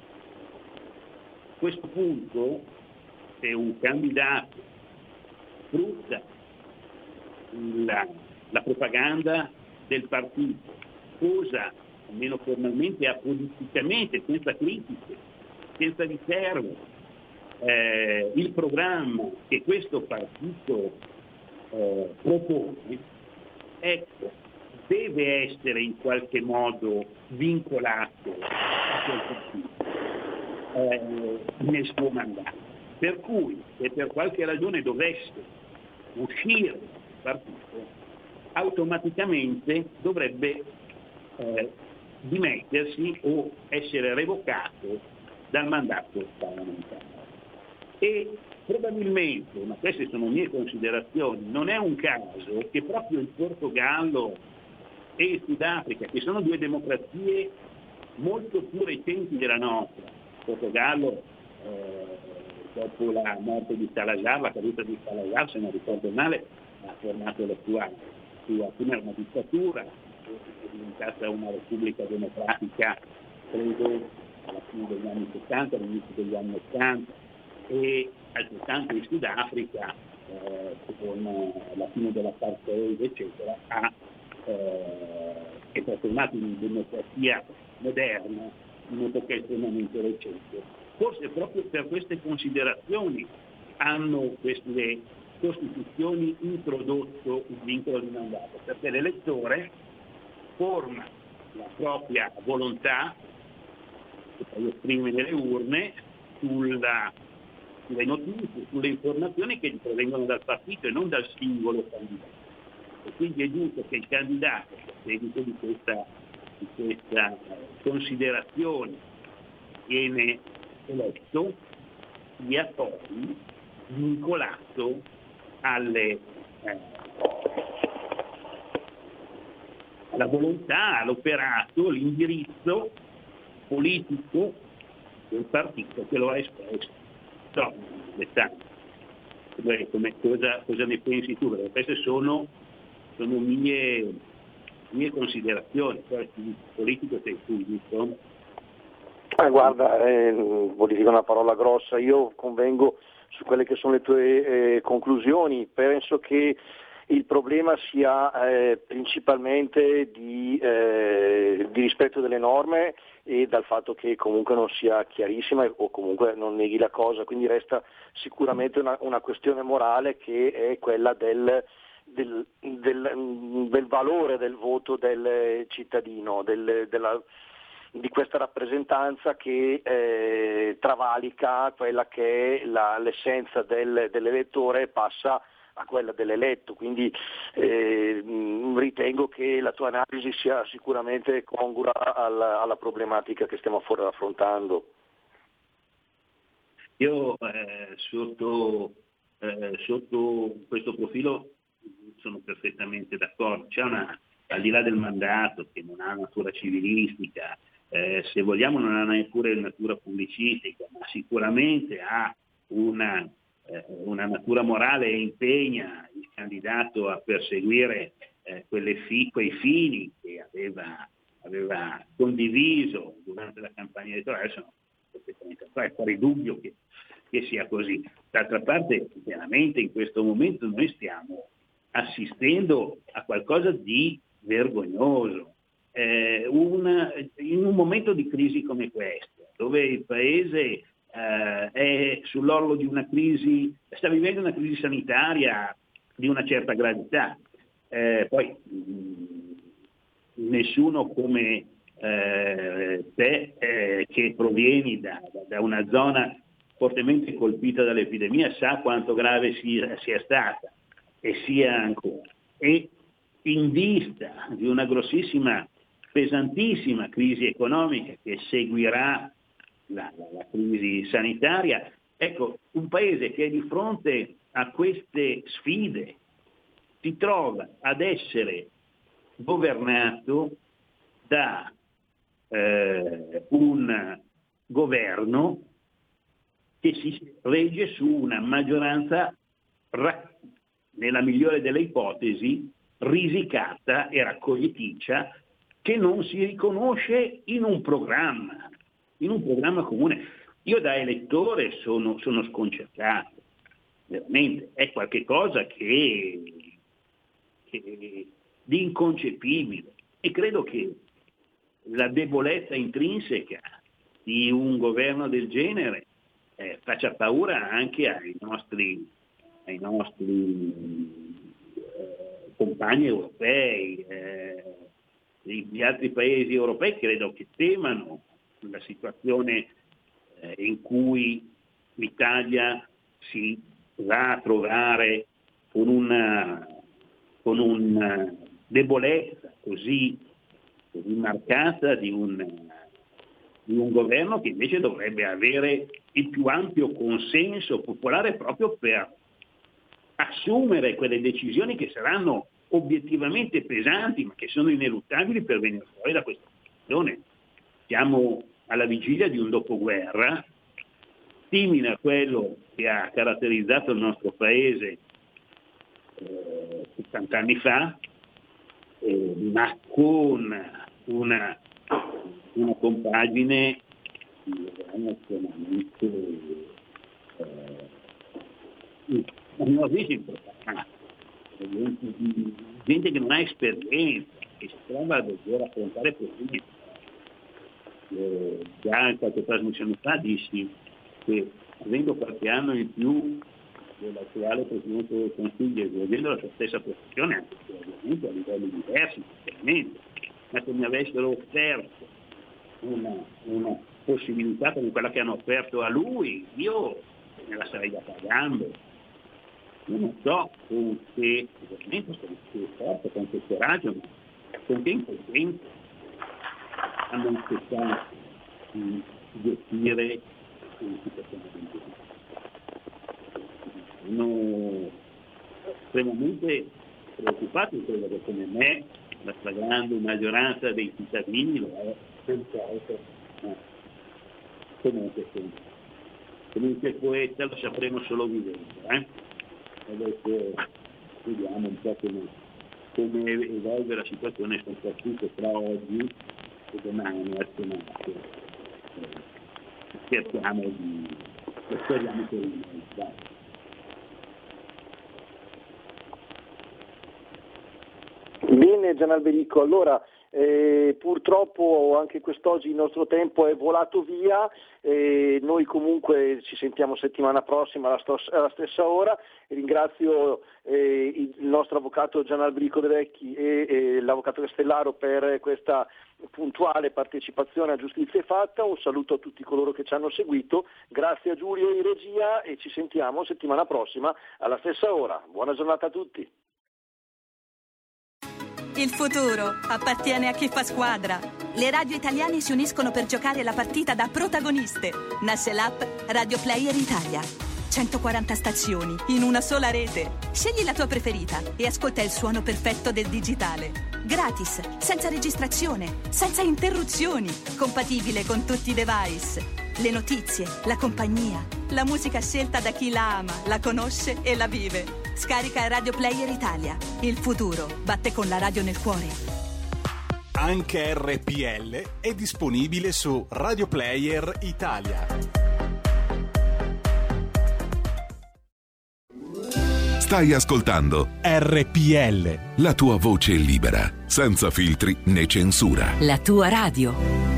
A questo punto, se un candidato sfrutta la propaganda del partito, usa almeno formalmente, apoliticamente, senza critiche, senza riserve, il programma che questo partito propone, ecco, deve essere in qualche modo vincolato a quel partito nel suo mandato. Per cui, se per qualche ragione dovesse uscire dal partito, automaticamente dovrebbe dimettersi o essere revocato dal mandato parlamentare. E probabilmente, ma queste sono mie considerazioni, non è un caso che proprio il Portogallo e il Sudafrica, che sono due democrazie molto più recenti della nostra, il Portogallo dopo la morte di Salazar, la caduta di Salazar, se non ricordo male, ha formato la sua prima una dittatura, è diventata una repubblica democratica, credo, alla fine degli anni 70, all'inizio degli anni 80, e altrettanto in Sudafrica, con la fine dell'apartheid, eccetera, è trasformato in democrazia moderna in un'epoca estremamente recente. Forse proprio per queste considerazioni hanno queste Costituzioni introdotto il vincolo di mandato, perché l'elettore forma la propria volontà, che poi esprime nelle urne, sulle notizie, sulle informazioni che gli provengono dal partito e non dal singolo candidato. E quindi è giusto che il candidato, a seguito di questa considerazione, viene eletto, sia poi vincolato alla volontà, all'operato, all'indirizzo politico del partito che lo ha espresso. No, cosa ne pensi tu? Perché queste sono mie considerazioni, poi il politico sei tu, giusto? Guarda, vuol dire una parola grossa, io convengo su quelle che sono le tue conclusioni. Penso che il problema sia principalmente di rispetto delle norme e dal fatto che comunque non sia chiarissima o comunque non neghi la cosa, quindi resta sicuramente una questione morale che è quella del valore del voto del cittadino, di questa rappresentanza che travalica quella che è l'essenza dell'elettore, passa a quella dell'eletto, quindi ritengo che la tua analisi sia sicuramente congrua alla problematica che stiamo affrontando. Io sotto questo profilo sono perfettamente d'accordo. C'è una al di là del mandato, che non ha natura civilistica, se vogliamo non ha neppure natura pubblicistica, ma sicuramente ha una natura morale e impegna il candidato a perseguire quei fini che aveva condiviso durante la campagna elettorale, sono perfettamente fuori dubbio che sia così. D'altra parte, chiaramente in questo momento noi stiamo assistendo a qualcosa di vergognoso. In un momento di crisi come questo, dove il Paese è sull'orlo di una crisi, sta vivendo una crisi sanitaria di una certa gravità, poi nessuno come te che provieni da una zona fortemente colpita dall'epidemia sa quanto grave sia stata e sia ancora, e in vista di una grossissima, pesantissima crisi economica che seguirà la crisi sanitaria, ecco, un paese che è di fronte a queste sfide si trova ad essere governato da un governo che si regge su una maggioranza, nella migliore delle ipotesi, risicata e raccogliticcia, che non si riconosce in un programma comune. Io da elettore sono sconcertato, veramente, è qualcosa che di inconcepibile, e credo che la debolezza intrinseca di un governo del genere faccia paura anche ai nostri compagni europei. Gli altri paesi europei credo che temano la situazione in cui l'Italia si va a trovare con una debolezza così marcata di un governo che invece dovrebbe avere il più ampio consenso popolare proprio per assumere quelle decisioni che saranno obiettivamente pesanti, ma che sono ineluttabili per venire fuori da questa situazione. Siamo alla vigilia di un dopoguerra simile a quello che ha caratterizzato il nostro paese 70 anni fa, ma con una compagine importante, gente che non ha esperienza, che si trova a dover affrontare problemi. Già in qualche trasmissione fa dissi che, avendo qualche anno in più dell'attuale Presidente del Consiglio e svolgendo la sua stessa professione, anche se ovviamente a livelli diversi, chiaramente, ma se mi avessero offerto una possibilità come quella che hanno offerto a lui, io me la sarei data pagando. Io non so con che forza, con che coraggio, ma con che impotenza hanno accettato di gestire una situazione del genere. Sono estremamente preoccupati, credo che come me la stragrande maggioranza dei cittadini lo è senz'altro, ma comunque questa lo sapremo solo vivendo. Adesso vediamo un po' come evolve la situazione, soprattutto tra oggi e domani al Senato. Speriamo per il meglio. Bene Gian Alberico, allora purtroppo anche quest'oggi il nostro tempo è volato via, noi comunque ci sentiamo settimana prossima alla stessa ora. Ringrazio il nostro avvocato Gian Alberico De Vecchi e l'avvocato Castellaro per questa puntuale partecipazione a Giustizia è Fatta. Un saluto a tutti coloro che ci hanno seguito, grazie a Giulio in regia e ci sentiamo settimana prossima alla stessa ora. Buona giornata a tutti. Il futuro appartiene a chi fa squadra. Le radio italiane si uniscono per giocare la partita da protagoniste. Nasce l'app Radio Player Italia. 140 stazioni in una sola rete. Scegli la tua preferita e ascolta il suono perfetto del digitale. Gratis, senza registrazione, senza interruzioni, compatibile con tutti i device. Le notizie, la compagnia, la musica scelta da chi la ama, la conosce e la vive. Scarica Radio Player Italia. Il futuro batte con la radio nel cuore. Anche RPL è disponibile su Radio Player Italia. Stai ascoltando RPL, la tua voce libera, senza filtri né censura. La tua radio.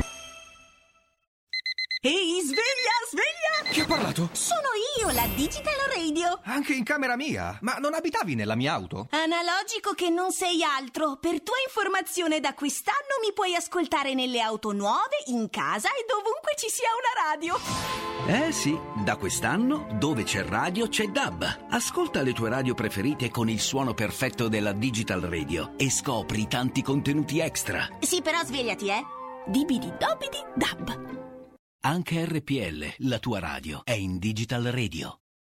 Ehi, sveglia, sveglia! Chi ha parlato? Sono io, la Digital Radio. Anche in camera mia? Ma non abitavi nella mia auto? Analogico che non sei altro. Per tua informazione, da quest'anno mi puoi ascoltare nelle auto nuove, in casa e dovunque ci sia una radio. Sì, da quest'anno dove c'è radio c'è DAB. Ascolta le tue radio preferite con il suono perfetto della Digital Radio e scopri tanti contenuti extra. Sì, però svegliati, Dibidi dobidi DAB. Anche RPL, la tua radio, è in Digital Radio.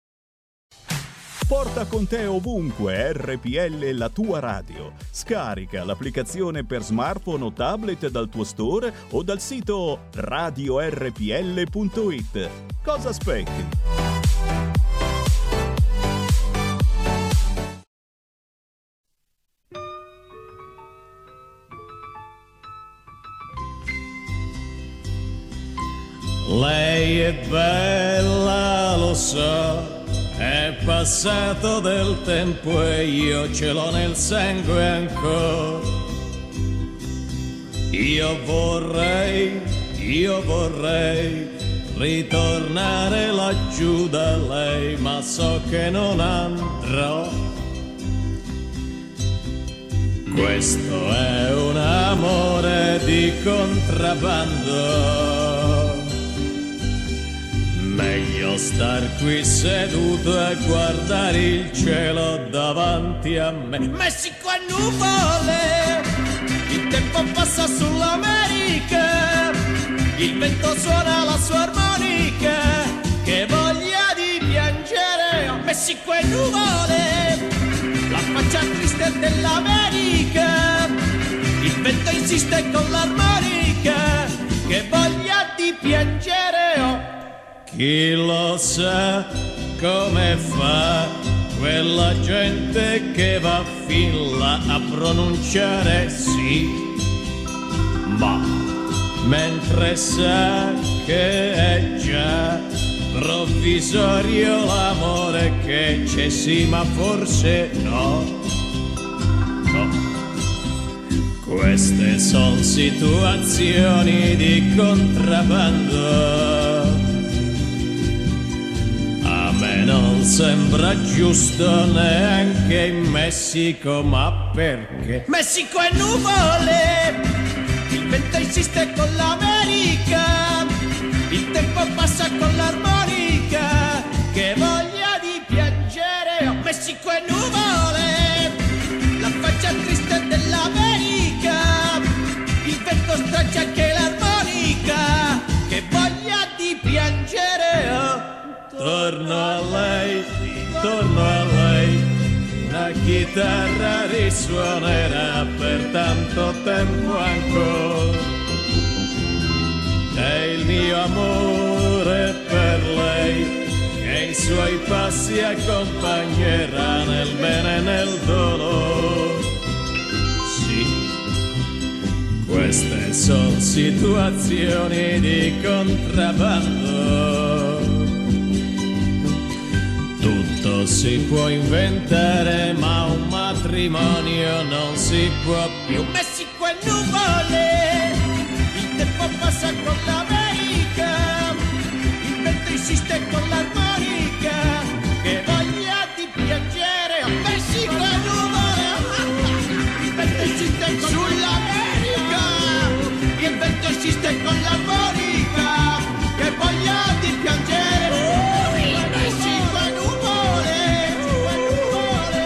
Porta con te ovunque RPL, la tua radio. Scarica l'applicazione per smartphone o tablet dal tuo store o dal sito radiorpl.it. Cosa aspetti? Lei è bella, lo so, è passato del tempo e io ce l'ho nel sangue ancora. Io vorrei ritornare laggiù da lei, ma so che non andrò. Questo è un amore di contrabbando. Meglio star qui seduto e guardare il cielo davanti a me. Messico a nuvole, il tempo passa sull'America, il vento suona la sua armonica, che voglia di piangere. Messico e nuvole, la faccia triste dell'America, il vento insiste con l'armonica, che voglia di piangere. Chi lo sa come fa quella gente che va fin là a pronunciare sì, ma mentre sa che è già provvisorio l'amore che c'è, sì, ma forse no. Queste son situazioni di contrabbando. A me non sembra giusto neanche in Messico, ma perché? Messico è nuvole, il vento insiste con l'America, il tempo passa con l'armonica, che voglia di piangere. Messico è nuvole, la faccia triste dell'America, il vento straccia anche l'armonica, che voglia di piangere. Torno a lei, la chitarra risuonerà per tanto tempo ancora, e il mio amore per lei, che i suoi passi accompagnerà nel bene e nel dolore. Sì, queste sono situazioni di contrabbando. Tutto si può inventare, ma un matrimonio non si può più. Messico e nuvole, il tempo passa con l'America, il vento insiste con l'armonica, che voglia di piangere. Messico e nuvole, il vento insiste con l'America, il vento insiste con l'armonica, che voglia di piangere.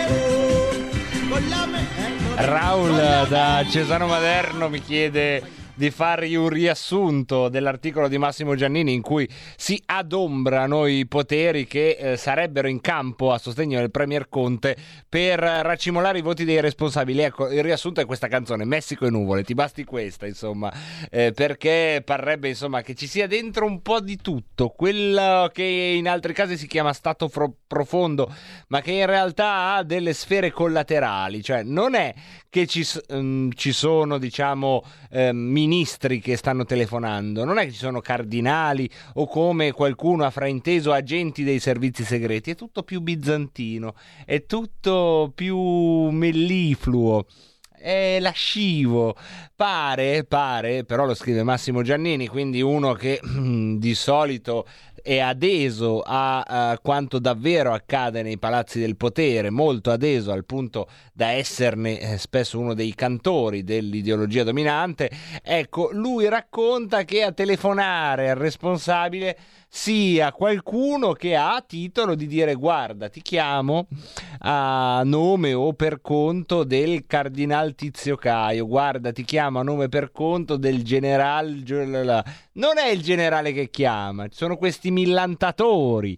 Raul da Cesano Maderno mi chiede: di fargli un riassunto dell'articolo di Massimo Giannini in cui si adombrano i poteri che sarebbero in campo a sostegno del Premier Conte per racimolare i voti dei responsabili. Ecco, il riassunto è questa canzone, Messico e nuvole, ti basti questa, insomma, perché parrebbe, insomma, che ci sia dentro un po' di tutto, quello che in altri casi si chiama stato profondo, ma che in realtà ha delle sfere collaterali, cioè non è che ci sono, diciamo, ministri che stanno telefonando, non è che ci sono cardinali o, come qualcuno ha frainteso, agenti dei servizi segreti, è tutto più bizantino, è tutto più mellifluo, è lascivo, pare, però lo scrive Massimo Giannini, quindi uno che di solito è adeso a quanto davvero accade nei palazzi del potere, molto adeso al punto da esserne spesso uno dei cantori dell'ideologia dominante. Ecco, lui racconta che a telefonare al responsabile sia qualcuno che ha titolo di dire: guarda, ti chiamo a nome o per conto del cardinal Tizio Caio, guarda, ti chiamo a nome per conto del generale. Non è il generale che chiama, sono questi millantatori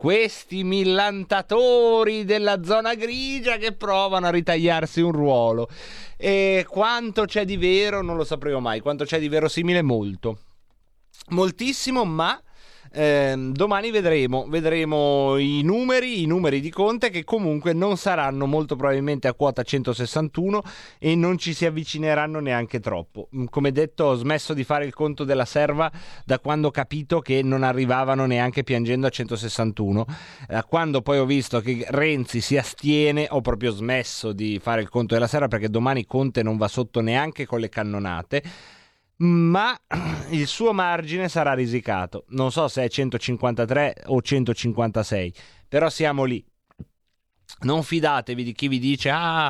della zona grigia che provano a ritagliarsi un ruolo. E quanto c'è di vero non lo sapremo mai, quanto c'è di verosimile moltissimo, ma domani vedremo i numeri di Conte, che comunque non saranno molto probabilmente a quota 161 e non ci si avvicineranno neanche troppo. Come detto, ho smesso di fare il conto della serva da quando ho capito che non arrivavano neanche piangendo a 161. Quando poi ho visto che Renzi si astiene, ho proprio smesso di fare il conto della serva, perché domani Conte non va sotto neanche con le cannonate, ma il suo margine sarà risicato. Non so se è 153 o 156, però siamo lì. Non fidatevi di chi vi dice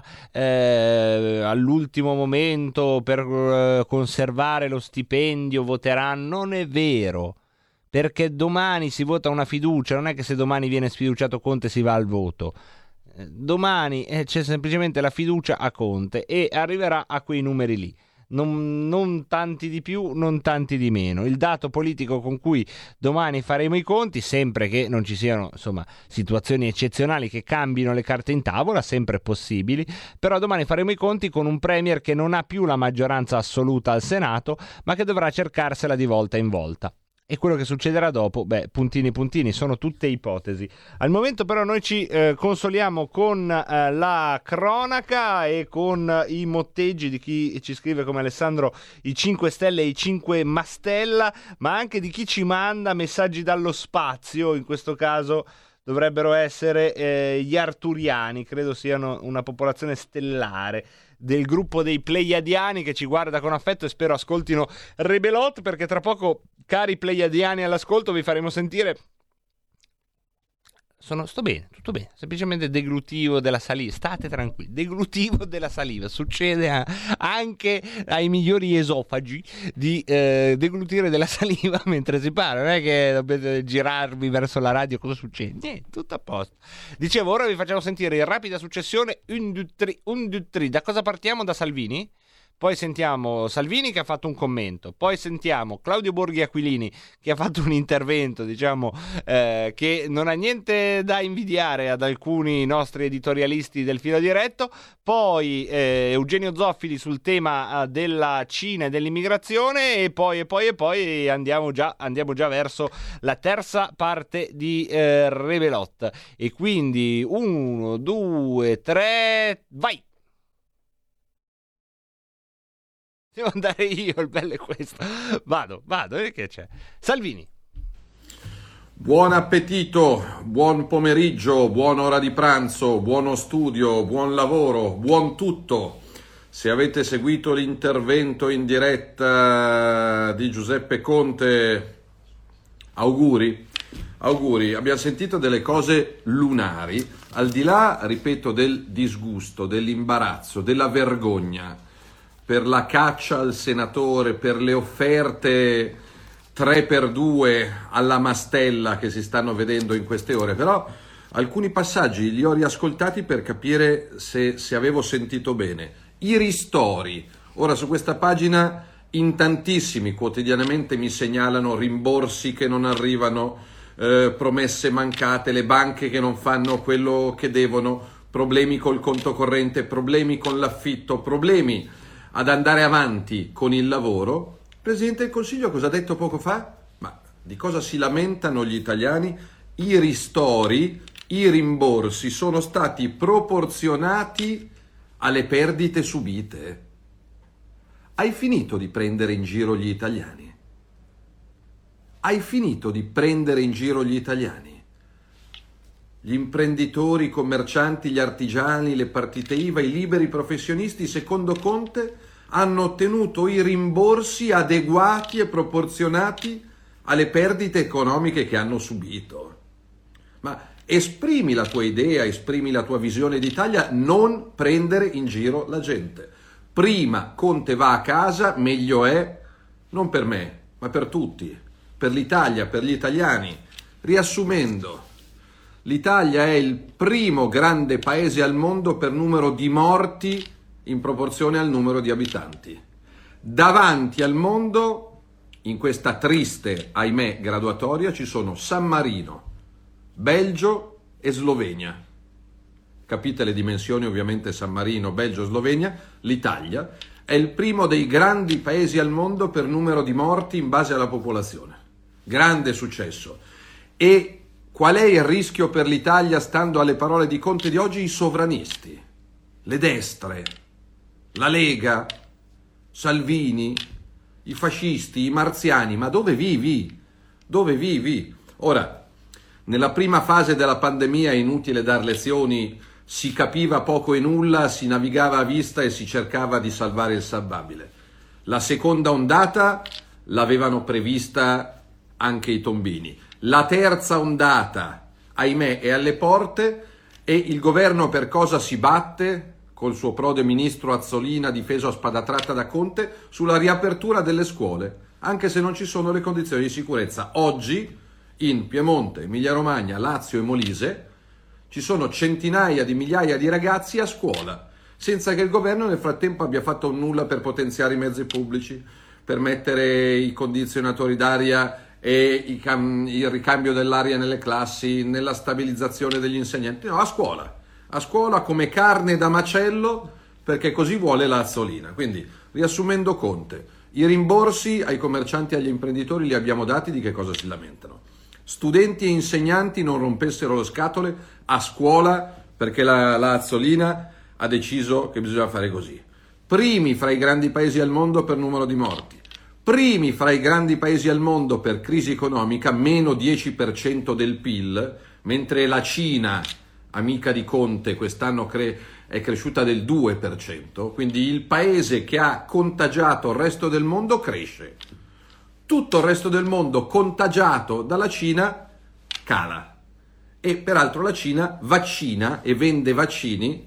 all'ultimo momento per conservare lo stipendio voteranno. Non è vero, perché domani si vota una fiducia, non è che se domani viene sfiduciato Conte si va al voto. Domani c'è semplicemente la fiducia a Conte e arriverà a quei numeri lì. Non tanti di più, non tanti di meno. Il dato politico con cui domani faremo i conti, sempre che non ci siano, insomma, situazioni eccezionali che cambino le carte in tavola, sempre possibili, però domani faremo i conti con un premier che non ha più la maggioranza assoluta al Senato, ma che dovrà cercarsela di volta in volta. E quello che succederà dopo, puntini, sono tutte ipotesi. Al momento però noi ci consoliamo con la cronaca e con i motteggi di chi ci scrive, come Alessandro, i 5 stelle e i 5 mastella, ma anche di chi ci manda messaggi dallo spazio. In questo caso dovrebbero essere gli arturiani, credo siano una popolazione stellare del gruppo dei Pleiadiani che ci guarda con affetto, e spero ascoltino Rebelot, perché tra poco, cari Pleiadiani all'ascolto, vi faremo sentire. Sto bene, tutto bene, semplicemente deglutivo della saliva, state tranquilli, deglutivo della saliva, succede anche ai migliori esofagi di deglutire della saliva mentre si parla, non è che dovete girarvi verso la radio, cosa succede? Niente, tutto a posto. Dicevo, ora vi facciamo sentire in rapida successione un, due, tre. Da cosa partiamo? Da Salvini? Poi sentiamo Salvini che ha fatto un commento, poi sentiamo Claudio Borghi Aquilini che ha fatto un intervento, diciamo, che non ha niente da invidiare ad alcuni nostri editorialisti del filo diretto, poi Eugenio Zoffili sul tema della Cina e dell'immigrazione, e poi andiamo già verso la terza parte di Rebelot. E quindi 1, 2, 3, vai! Devo andare io, il bello è questo. Vado, che c'è? Salvini. Buon appetito, buon pomeriggio, buona ora di pranzo, buono studio, buon lavoro, buon tutto. Se avete seguito l'intervento in diretta di Giuseppe Conte, auguri. Abbiamo sentito delle cose lunari, al di là, ripeto, del disgusto, dell'imbarazzo, della vergogna per la caccia al senatore, per le offerte 3x2 alla Mastella che si stanno vedendo in queste ore. Però alcuni passaggi li ho riascoltati per capire se avevo sentito bene. I ristori. Ora, su questa pagina in tantissimi quotidianamente mi segnalano rimborsi che non arrivano, promesse mancate, le banche che non fanno quello che devono, problemi col conto corrente, problemi con l'affitto, problemi ad andare avanti con il lavoro. Il Presidente del Consiglio cosa ha detto poco fa? Ma di cosa si lamentano gli italiani? I ristori, i rimborsi sono stati proporzionati alle perdite subite. Hai finito di prendere in giro gli italiani? Hai finito di prendere in giro gli italiani? Gli imprenditori, i commercianti, gli artigiani, le partite IVA, i liberi professionisti, secondo Conte, hanno ottenuto i rimborsi adeguati e proporzionati alle perdite economiche che hanno subito. Ma esprimi la tua idea, esprimi la tua visione d'Italia, non prendere in giro la gente. Prima Conte va a casa, meglio è, non per me, ma per tutti, per l'Italia, per gli italiani. Riassumendo, l'Italia è il primo grande paese al mondo per numero di morti in proporzione al numero di abitanti. Davanti al mondo, in questa triste, ahimè, graduatoria, ci sono San Marino, Belgio e Slovenia. Capite le dimensioni, ovviamente San Marino, Belgio, Slovenia. L'Italia è il primo dei grandi paesi al mondo per numero di morti in base alla popolazione. Grande successo. E qual è il rischio per l'Italia, stando alle parole di Conte di oggi? I sovranisti, le destre, la Lega, Salvini, i fascisti, i marziani. Ma dove vivi? Dove vivi? Ora, nella prima fase della pandemia è inutile dar lezioni, si capiva poco e nulla, si navigava a vista e si cercava di salvare il salvabile. La seconda ondata l'avevano prevista anche i tombini. La terza ondata, ahimè, è alle porte e il governo per cosa si batte? Col suo prode ministro Azzolina, difeso a spada tratta da Conte, sulla riapertura delle scuole, anche se non ci sono le condizioni di sicurezza. Oggi in Piemonte, Emilia-Romagna, Lazio e Molise ci sono centinaia di migliaia di ragazzi a scuola, senza che il governo nel frattempo abbia fatto nulla per potenziare i mezzi pubblici, per mettere i condizionatori d'aria e il ricambio dell'aria nelle classi, nella stabilizzazione degli insegnanti. No, a scuola come carne da macello, perché così vuole la Azzolina. Quindi, riassumendo Conte, i rimborsi ai commercianti e agli imprenditori li abbiamo dati, di che cosa si lamentano? Studenti e insegnanti non rompessero le scatole a scuola perché la Azzolina ha deciso che bisogna fare così. Primi fra i grandi paesi al mondo per numero di morti, primi fra i grandi paesi al mondo per crisi economica, meno 10% del PIL, mentre la Cina, amica di Conte, quest'anno è cresciuta del 2%, quindi il paese che ha contagiato il resto del mondo cresce. Tutto il resto del mondo contagiato dalla Cina cala. E peraltro la Cina vaccina e vende vaccini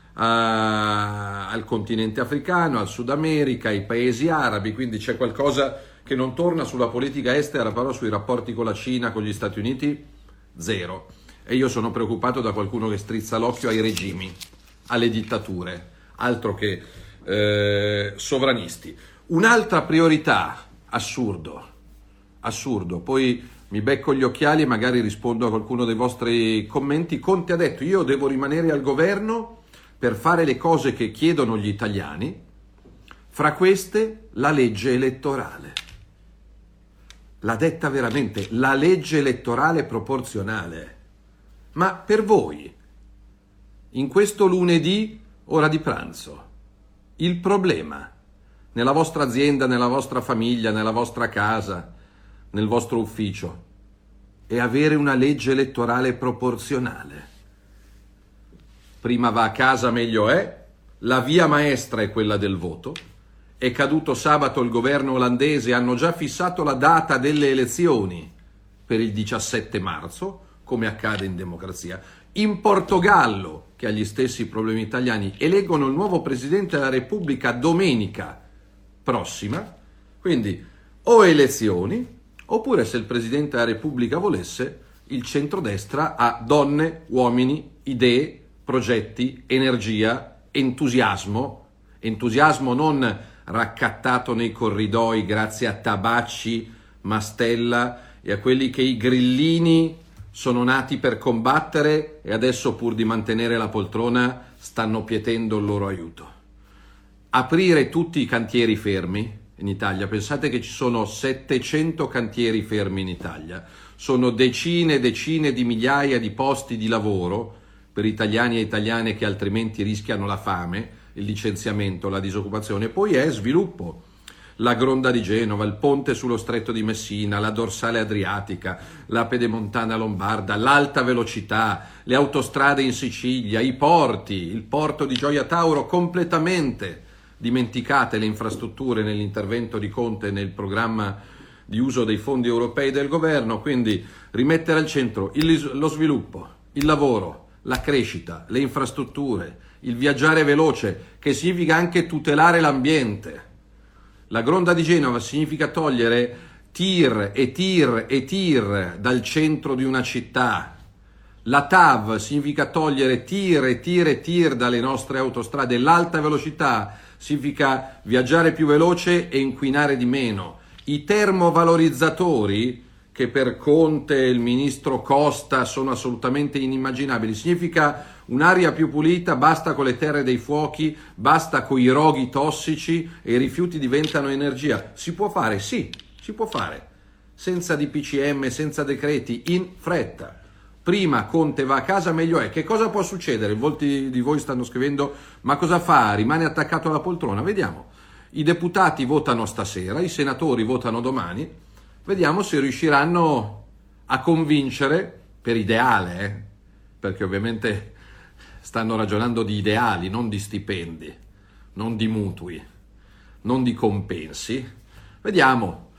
al continente africano, al Sud America, ai paesi arabi, quindi c'è qualcosa che non torna sulla politica estera, però sui rapporti con la Cina, con gli Stati Uniti, zero. E io sono preoccupato da qualcuno che strizza l'occhio ai regimi, alle dittature, altro che sovranisti. Un'altra priorità, assurdo, poi mi becco gli occhiali e magari rispondo a qualcuno dei vostri commenti. Conte ha detto: io devo rimanere al governo per fare le cose che chiedono gli italiani, fra queste la legge elettorale. L'ha detta veramente, la legge elettorale proporzionale. Ma per voi, in questo lunedì, ora di pranzo, il problema nella vostra azienda, nella vostra famiglia, nella vostra casa, nel vostro ufficio, è avere una legge elettorale proporzionale. Prima va a casa meglio è, la via maestra è quella del voto, è caduto sabato il governo olandese, hanno già fissato la data delle elezioni per il 17 marzo, come accade in democrazia. In Portogallo, che ha gli stessi problemi italiani, eleggono il nuovo Presidente della Repubblica domenica prossima, quindi o elezioni, oppure, se il Presidente della Repubblica volesse, il centrodestra ha donne, uomini, idee, progetti, energia, entusiasmo non raccattato nei corridoi grazie a Tabacci, Mastella e a quelli che i grillini sono nati per combattere e adesso, pur di mantenere la poltrona, stanno pietendo il loro aiuto. Aprire tutti i cantieri fermi in Italia, pensate che ci sono 700 cantieri fermi in Italia, sono decine e decine di migliaia di posti di lavoro per italiani e italiane che altrimenti rischiano la fame, il licenziamento, la disoccupazione. Poi è sviluppo. La Gronda di Genova, il ponte sullo Stretto di Messina, la dorsale adriatica, la pedemontana lombarda, l'alta velocità, le autostrade in Sicilia, i porti, il porto di Gioia Tauro, completamente dimenticate le infrastrutture nell'intervento di Conte nel programma di uso dei fondi europei del governo. Quindi rimettere al centro lo sviluppo, il lavoro, la crescita, le infrastrutture, il viaggiare veloce, che significa anche tutelare l'ambiente. La Gronda di Genova significa togliere tir e tir e tir dal centro di una città. La TAV significa togliere tir e tir e tir dalle nostre autostrade. L'alta velocità significa viaggiare più veloce e inquinare di meno. I termovalorizzatori, che per Conte e il ministro Costa sono assolutamente inimmaginabili, significa un'aria più pulita, basta con le terre dei fuochi, basta con i roghi tossici e i rifiuti diventano energia. Si può fare? Sì, si può fare, senza DPCM, senza decreti, in fretta. Prima Conte va a casa, meglio è. Che cosa può succedere? Molti di voi stanno scrivendo, ma cosa fa? Rimane attaccato alla poltrona? Vediamo. I deputati votano stasera, i senatori votano domani, vediamo se riusciranno a convincere, per ideale, perché ovviamente stanno ragionando di ideali, non di stipendi, non di mutui, non di compensi. Vediamo.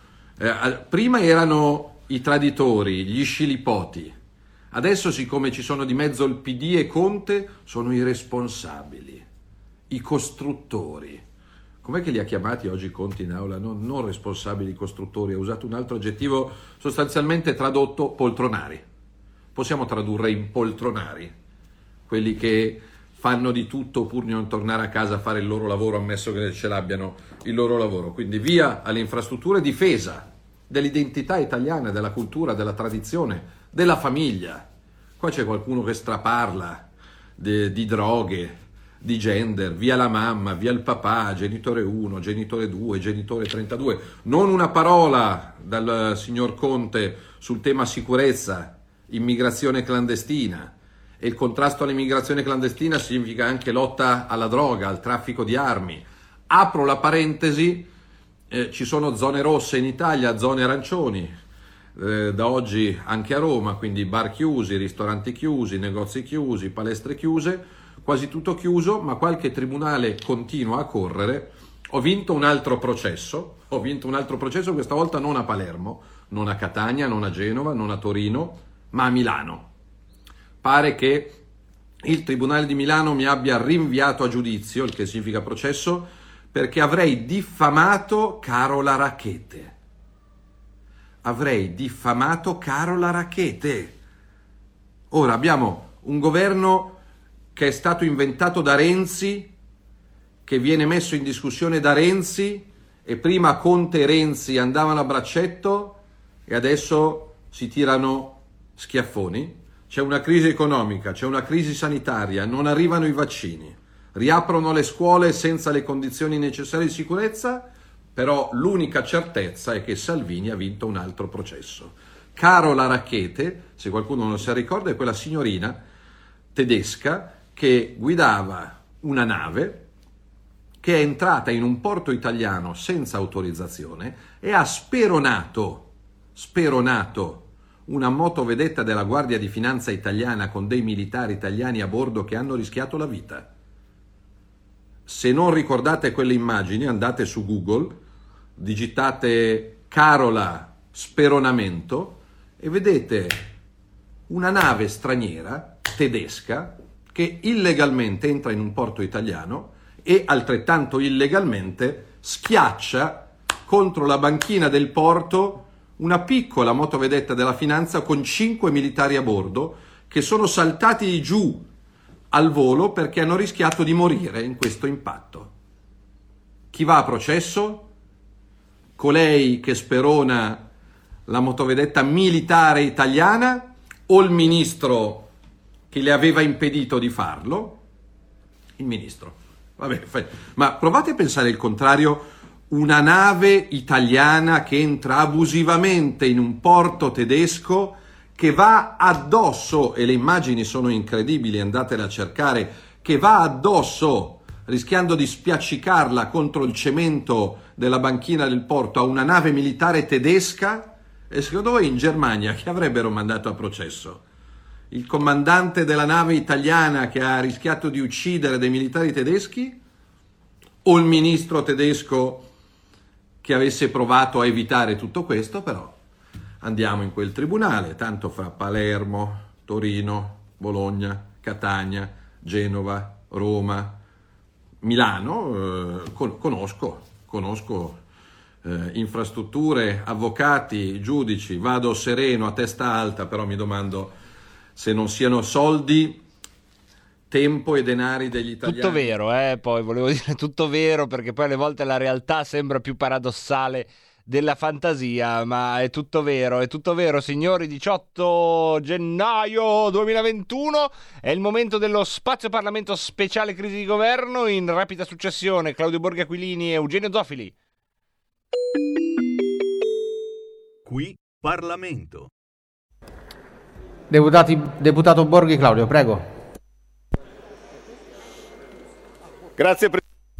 Prima erano i traditori, gli scilipoti. Adesso, siccome ci sono di mezzo il PD e Conte, sono i responsabili, i costruttori. Com'è che li ha chiamati oggi Conte in aula? Non responsabili costruttori, ha usato un altro aggettivo, sostanzialmente tradotto poltronari. Possiamo tradurre in poltronari quelli che fanno di tutto pur di non tornare a casa a fare il loro lavoro, ammesso che ce l'abbiano il loro lavoro. Quindi via alle infrastrutture, difesa dell'identità italiana, della cultura, della tradizione, della famiglia. Qua c'è qualcuno che straparla di droghe, di gender, via la mamma, via il papà, genitore 1, genitore 2, genitore 32. Non una parola dal signor Conte sul tema sicurezza, immigrazione clandestina. E il contrasto all'immigrazione clandestina significa anche lotta alla droga, al traffico di armi. Apro la parentesi, ci sono zone rosse in Italia, zone arancioni, da oggi anche a Roma, quindi bar chiusi, ristoranti chiusi, negozi chiusi, palestre chiuse, quasi tutto chiuso, ma qualche tribunale continua a correre. Ho vinto un altro processo, questa volta non a Palermo, non a Catania, non a Genova, non a Torino, ma a Milano. Pare che il Tribunale di Milano mi abbia rinviato a giudizio, il che significa processo, perché avrei diffamato Carola Rackete. Ora abbiamo un governo che è stato inventato da Renzi, che viene messo in discussione da Renzi, e prima Conte e Renzi andavano a braccetto e adesso si tirano schiaffoni. C'è una crisi economica, c'è una crisi sanitaria, non arrivano i vaccini, riaprono le scuole senza le condizioni necessarie di sicurezza, però l'unica certezza è che Salvini ha vinto un altro processo. Carola Rackete, se qualcuno non se la ricorda, è quella signorina tedesca che guidava una nave che è entrata in un porto italiano senza autorizzazione e ha speronato una motovedetta della Guardia di Finanza italiana con dei militari italiani a bordo che hanno rischiato la vita. Se non ricordate quelle immagini, andate su Google, digitate Carola speronamento e vedete una nave straniera tedesca che illegalmente entra in un porto italiano e altrettanto illegalmente schiaccia contro la banchina del porto una piccola motovedetta della finanza con 5 militari a bordo che sono saltati giù al volo perché hanno rischiato di morire in questo impatto. Chi va a processo? Colei che sperona la motovedetta militare italiana o il ministro che le aveva impedito di farlo? Il ministro. Vabbè, ma provate a pensare il contrario: una nave italiana che entra abusivamente in un porto tedesco, che va addosso, e le immagini sono incredibili, andatele a cercare, che va addosso, rischiando di spiaccicarla contro il cemento della banchina del porto, a una nave militare tedesca. E secondo voi in Germania chi avrebbero mandato a processo? Il comandante della nave italiana che ha rischiato di uccidere dei militari tedeschi, o il ministro tedesco che avesse provato a evitare tutto questo? Però andiamo in quel tribunale, tanto fra Palermo, Torino, Bologna, Catania, Genova, Roma, Milano, conosco infrastrutture, avvocati, giudici, vado sereno a testa alta, però mi domando se non siano soldi, tempo e denari degli italiani. Tutto vero, poi volevo dire tutto vero, perché poi alle volte la realtà sembra più paradossale della fantasia, ma è tutto vero, signori. 18 gennaio 2021 è il momento dello Spazio Parlamento speciale crisi di governo, in rapida successione Claudio Borghi Aquilini e Eugenio Zofili. Qui Parlamento. Deputato Borghi Claudio, prego. Grazie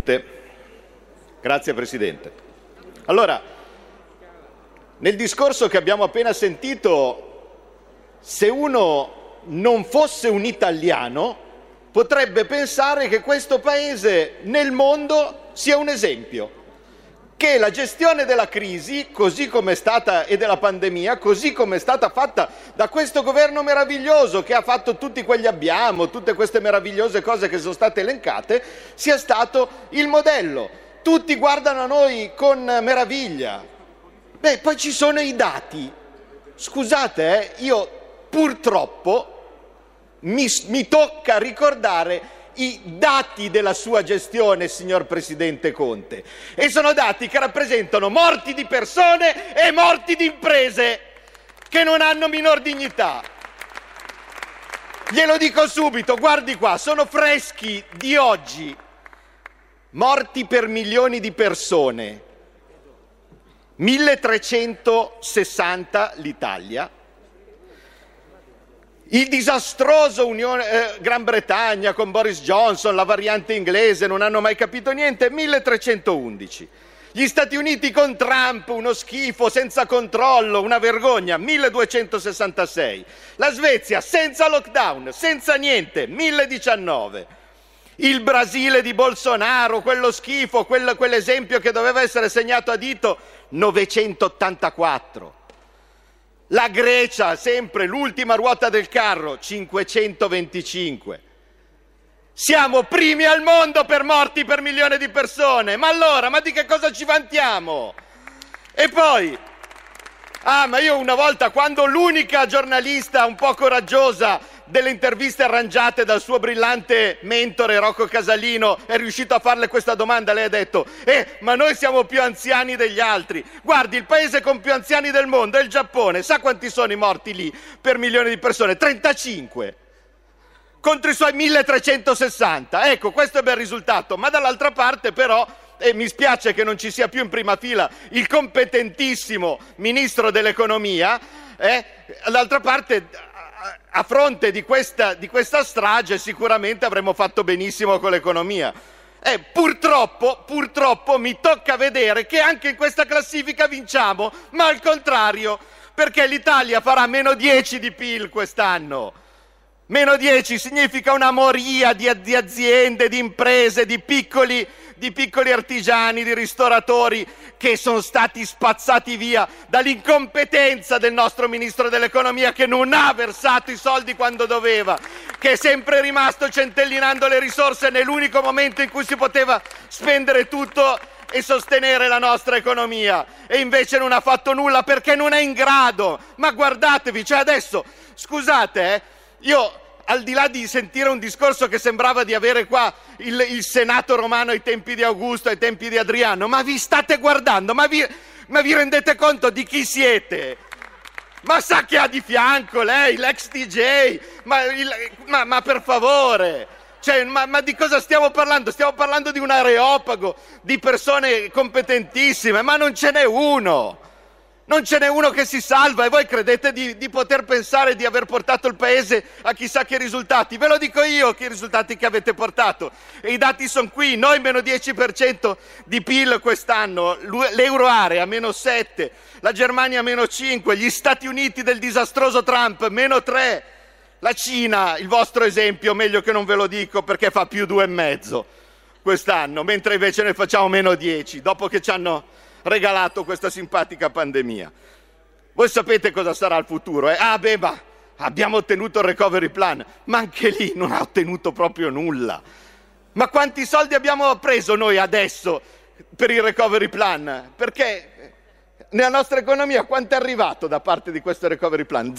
Presidente. Allora, nel discorso che abbiamo appena sentito, se uno non fosse un italiano, potrebbe pensare che questo Paese nel mondo sia un esempio, che la gestione della crisi, così come è stata, e della pandemia, così come è stata fatta da questo governo meraviglioso che ha fatto tutti quegli abbiamo, tutte queste meravigliose cose che sono state elencate, sia stato il modello. Tutti guardano a noi con meraviglia. Beh, poi ci sono i dati. Scusate, io purtroppo mi tocca ricordare i dati della sua gestione, signor Presidente Conte, e sono dati che rappresentano morti di persone e morti di imprese che non hanno minor dignità. Glielo dico subito, guardi qua, sono freschi di oggi. Morti per milioni di persone, 1360 l'Italia. Il disastroso Gran Bretagna con Boris Johnson, la variante inglese, non hanno mai capito niente, 1311. Gli Stati Uniti con Trump, uno schifo, senza controllo, una vergogna, 1266. La Svezia senza lockdown, senza niente, 1019. Il Brasile di Bolsonaro, quello schifo, quell'esempio che doveva essere segnato a dito, 984. La Grecia, sempre l'ultima ruota del carro, 525. Siamo primi al mondo per morti per milione di persone. Ma allora, ma di che cosa ci vantiamo? E poi, ma io una volta, quando l'unica giornalista un po' coraggiosa delle interviste arrangiate dal suo brillante mentore Rocco Casalino è riuscito a farle questa domanda, lei ha detto: ma noi siamo più anziani degli altri. Guardi, il paese con più anziani del mondo è il Giappone. Sa quanti sono i morti lì per milione di persone? 35 contro i suoi 1360. Ecco, questo è bel risultato. Ma dall'altra parte però, e mi spiace che non ci sia più in prima fila il competentissimo ministro dell'economia, dall'altra parte, a fronte di questa strage, sicuramente avremmo fatto benissimo con l'economia. Purtroppo mi tocca vedere che anche in questa classifica vinciamo, ma al contrario, perché l'Italia farà meno 10 di PIL quest'anno. Meno 10 significa una moria di aziende, di imprese, di piccoli artigiani, di ristoratori che sono stati spazzati via dall'incompetenza del nostro ministro dell'economia, che non ha versato i soldi quando doveva, che è sempre rimasto centellinando le risorse nell'unico momento in cui si poteva spendere tutto e sostenere la nostra economia, e invece non ha fatto nulla perché non è in grado. Ma guardatevi, cioè adesso, scusate, io al di là di sentire un discorso che sembrava di avere qua il Senato romano ai tempi di Augusto, ai tempi di Adriano, ma vi state guardando, ma vi rendete conto di chi siete? Ma sa che ha di fianco lei, l'ex DJ? Ma per favore, cioè, ma di cosa stiamo parlando? Stiamo parlando di un areopago, di persone competentissime, ma non ce n'è uno. Non ce n'è uno che si salva e voi credete di poter pensare di aver portato il paese a chissà che risultati? Ve lo dico io che risultati che avete portato. E i dati sono qui, noi meno 10% di PIL quest'anno, l'euroarea meno 7%, la Germania meno 5%, gli Stati Uniti del disastroso Trump meno 3%, la Cina, il vostro esempio, meglio che non ve lo dico perché fa più 2,5% quest'anno, mentre invece noi facciamo meno 10%, dopo che ci hanno regalato questa simpatica pandemia. Voi sapete cosa sarà il futuro? Ma abbiamo ottenuto il recovery plan, ma anche lì non ha ottenuto proprio nulla. Ma quanti soldi abbiamo preso noi adesso per il recovery plan? Perché nella nostra economia quanto è arrivato da parte di questo recovery plan?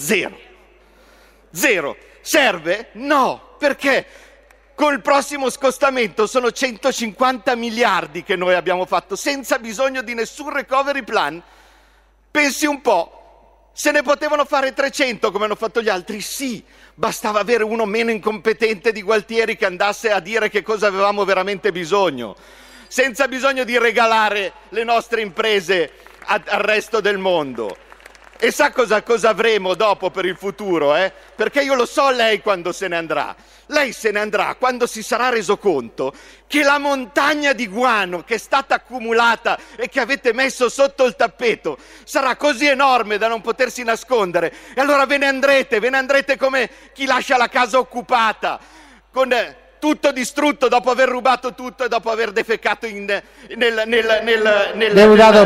Zero. Serve? No. Perché? Col prossimo scostamento sono 150 miliardi che noi abbiamo fatto senza bisogno di nessun recovery plan. Pensi un po', se ne potevano fare 300 come hanno fatto gli altri? Sì, bastava avere uno meno incompetente di Gualtieri che andasse a dire che cosa avevamo veramente bisogno, senza bisogno di regalare le nostre imprese al resto del mondo. E sa cosa avremo dopo per il futuro? Perché io lo so lei quando se ne andrà. Lei se ne andrà quando si sarà reso conto che la montagna di guano che è stata accumulata e che avete messo sotto il tappeto sarà così enorme da non potersi nascondere. E allora ve ne andrete come chi lascia la casa occupata, con tutto distrutto dopo aver rubato tutto e dopo aver defecato Deputato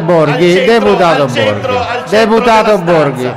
Borghi,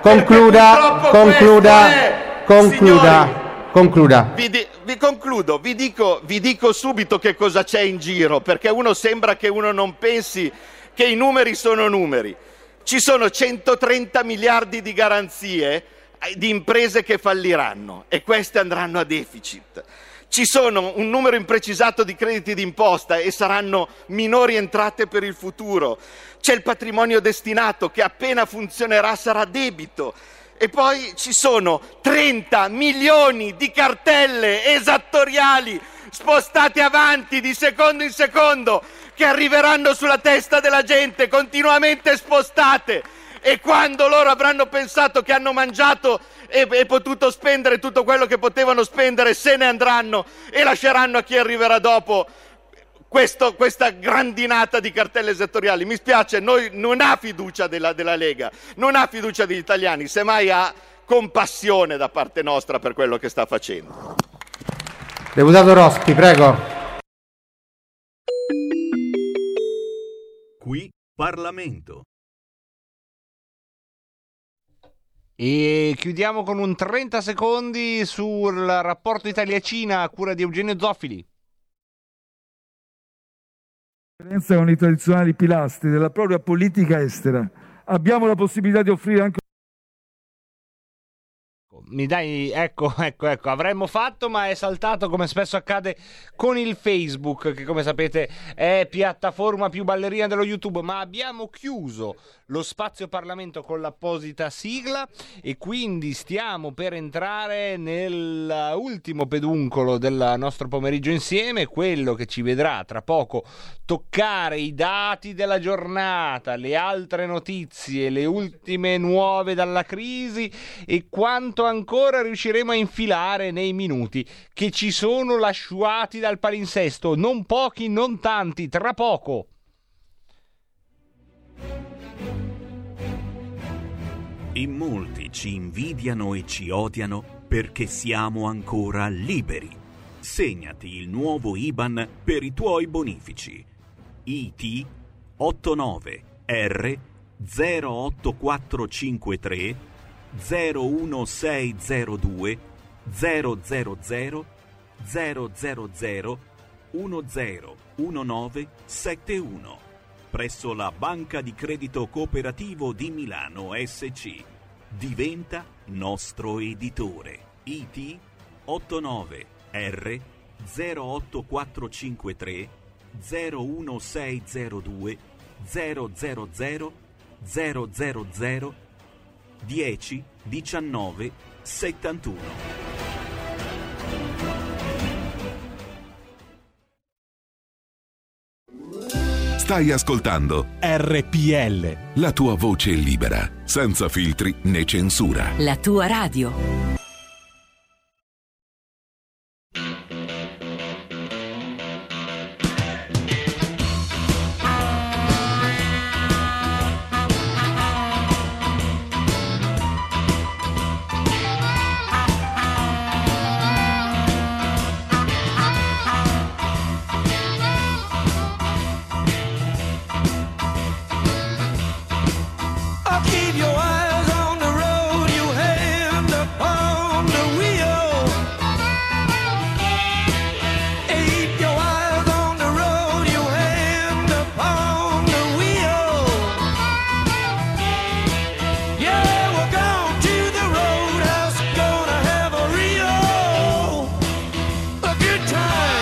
concluda. Vi concludo, vi dico subito che cosa c'è in giro, perché sembra che uno non pensi che i numeri sono numeri. Ci sono 130 miliardi di garanzie di imprese che falliranno e queste andranno a deficit. Ci sono un numero imprecisato di crediti d'imposta e saranno minori entrate per il futuro. C'è il patrimonio destinato che appena funzionerà sarà debito. E poi ci sono 30 milioni di cartelle esattoriali spostate avanti di secondo in secondo che arriveranno sulla testa della gente, continuamente spostate. E quando loro avranno pensato che hanno mangiato e potuto spendere tutto quello che potevano spendere, se ne andranno e lasceranno a chi arriverà dopo questa grandinata di cartelle esattoriali. Mi spiace, noi non ha fiducia della Lega, non ha fiducia degli italiani, semmai ha compassione da parte nostra per quello che sta facendo. Deputato Rospi, prego. Qui Parlamento. E chiudiamo con un 30 secondi sul rapporto Italia-Cina a cura di Eugenio Zoffili. Con i tradizionali pilastri della propria politica estera abbiamo la possibilità di offrire anche Mi dai, ecco, avremmo fatto, ma è saltato come spesso accade con il Facebook, che come sapete è piattaforma più ballerina dello YouTube, ma abbiamo chiuso lo spazio Parlamento con l'apposita sigla e quindi stiamo per entrare nell'ultimo peduncolo del nostro pomeriggio insieme, quello che ci vedrà tra poco toccare i dati della giornata, le altre notizie, le ultime nuove dalla crisi e quanto ancora riusciremo a infilare nei minuti che ci sono lasciati dal palinsesto, non pochi, non tanti, tra poco. In molti ci invidiano e ci odiano perché siamo ancora liberi. Segnati il nuovo IBAN per i tuoi bonifici. IT 89 R 08453 01602 000 000 101971 presso la Banca di Credito Cooperativo di Milano SC. Diventa nostro editore. IT 89 R 08453 01602 000 000 10 19 71. Stai ascoltando RPL, la tua voce libera, senza filtri né censura. La tua radio. Keep your eyes on the road, you hand upon the wheel. Keep your eyes on the road, you hand upon the wheel. Yeah, we're going to the roadhouse, gonna have a good time.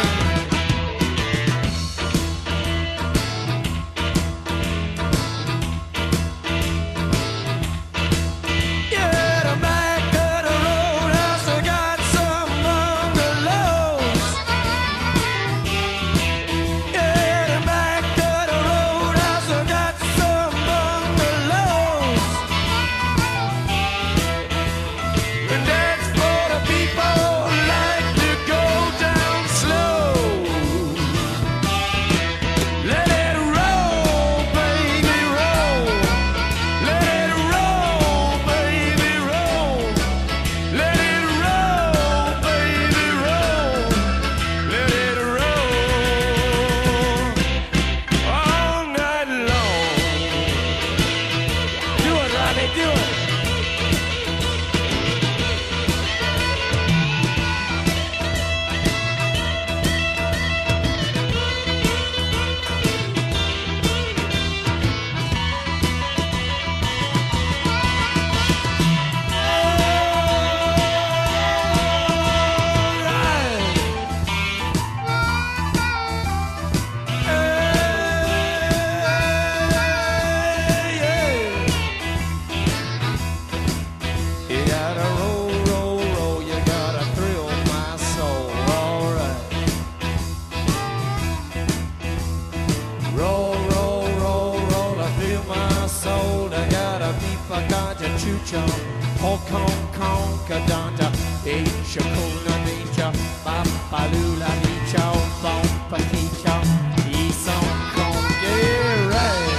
Hong Kong, Kadanta, Shakuna Nicha, Bapalula Nicha, Bompatica, East Hong Kong, yeah, right.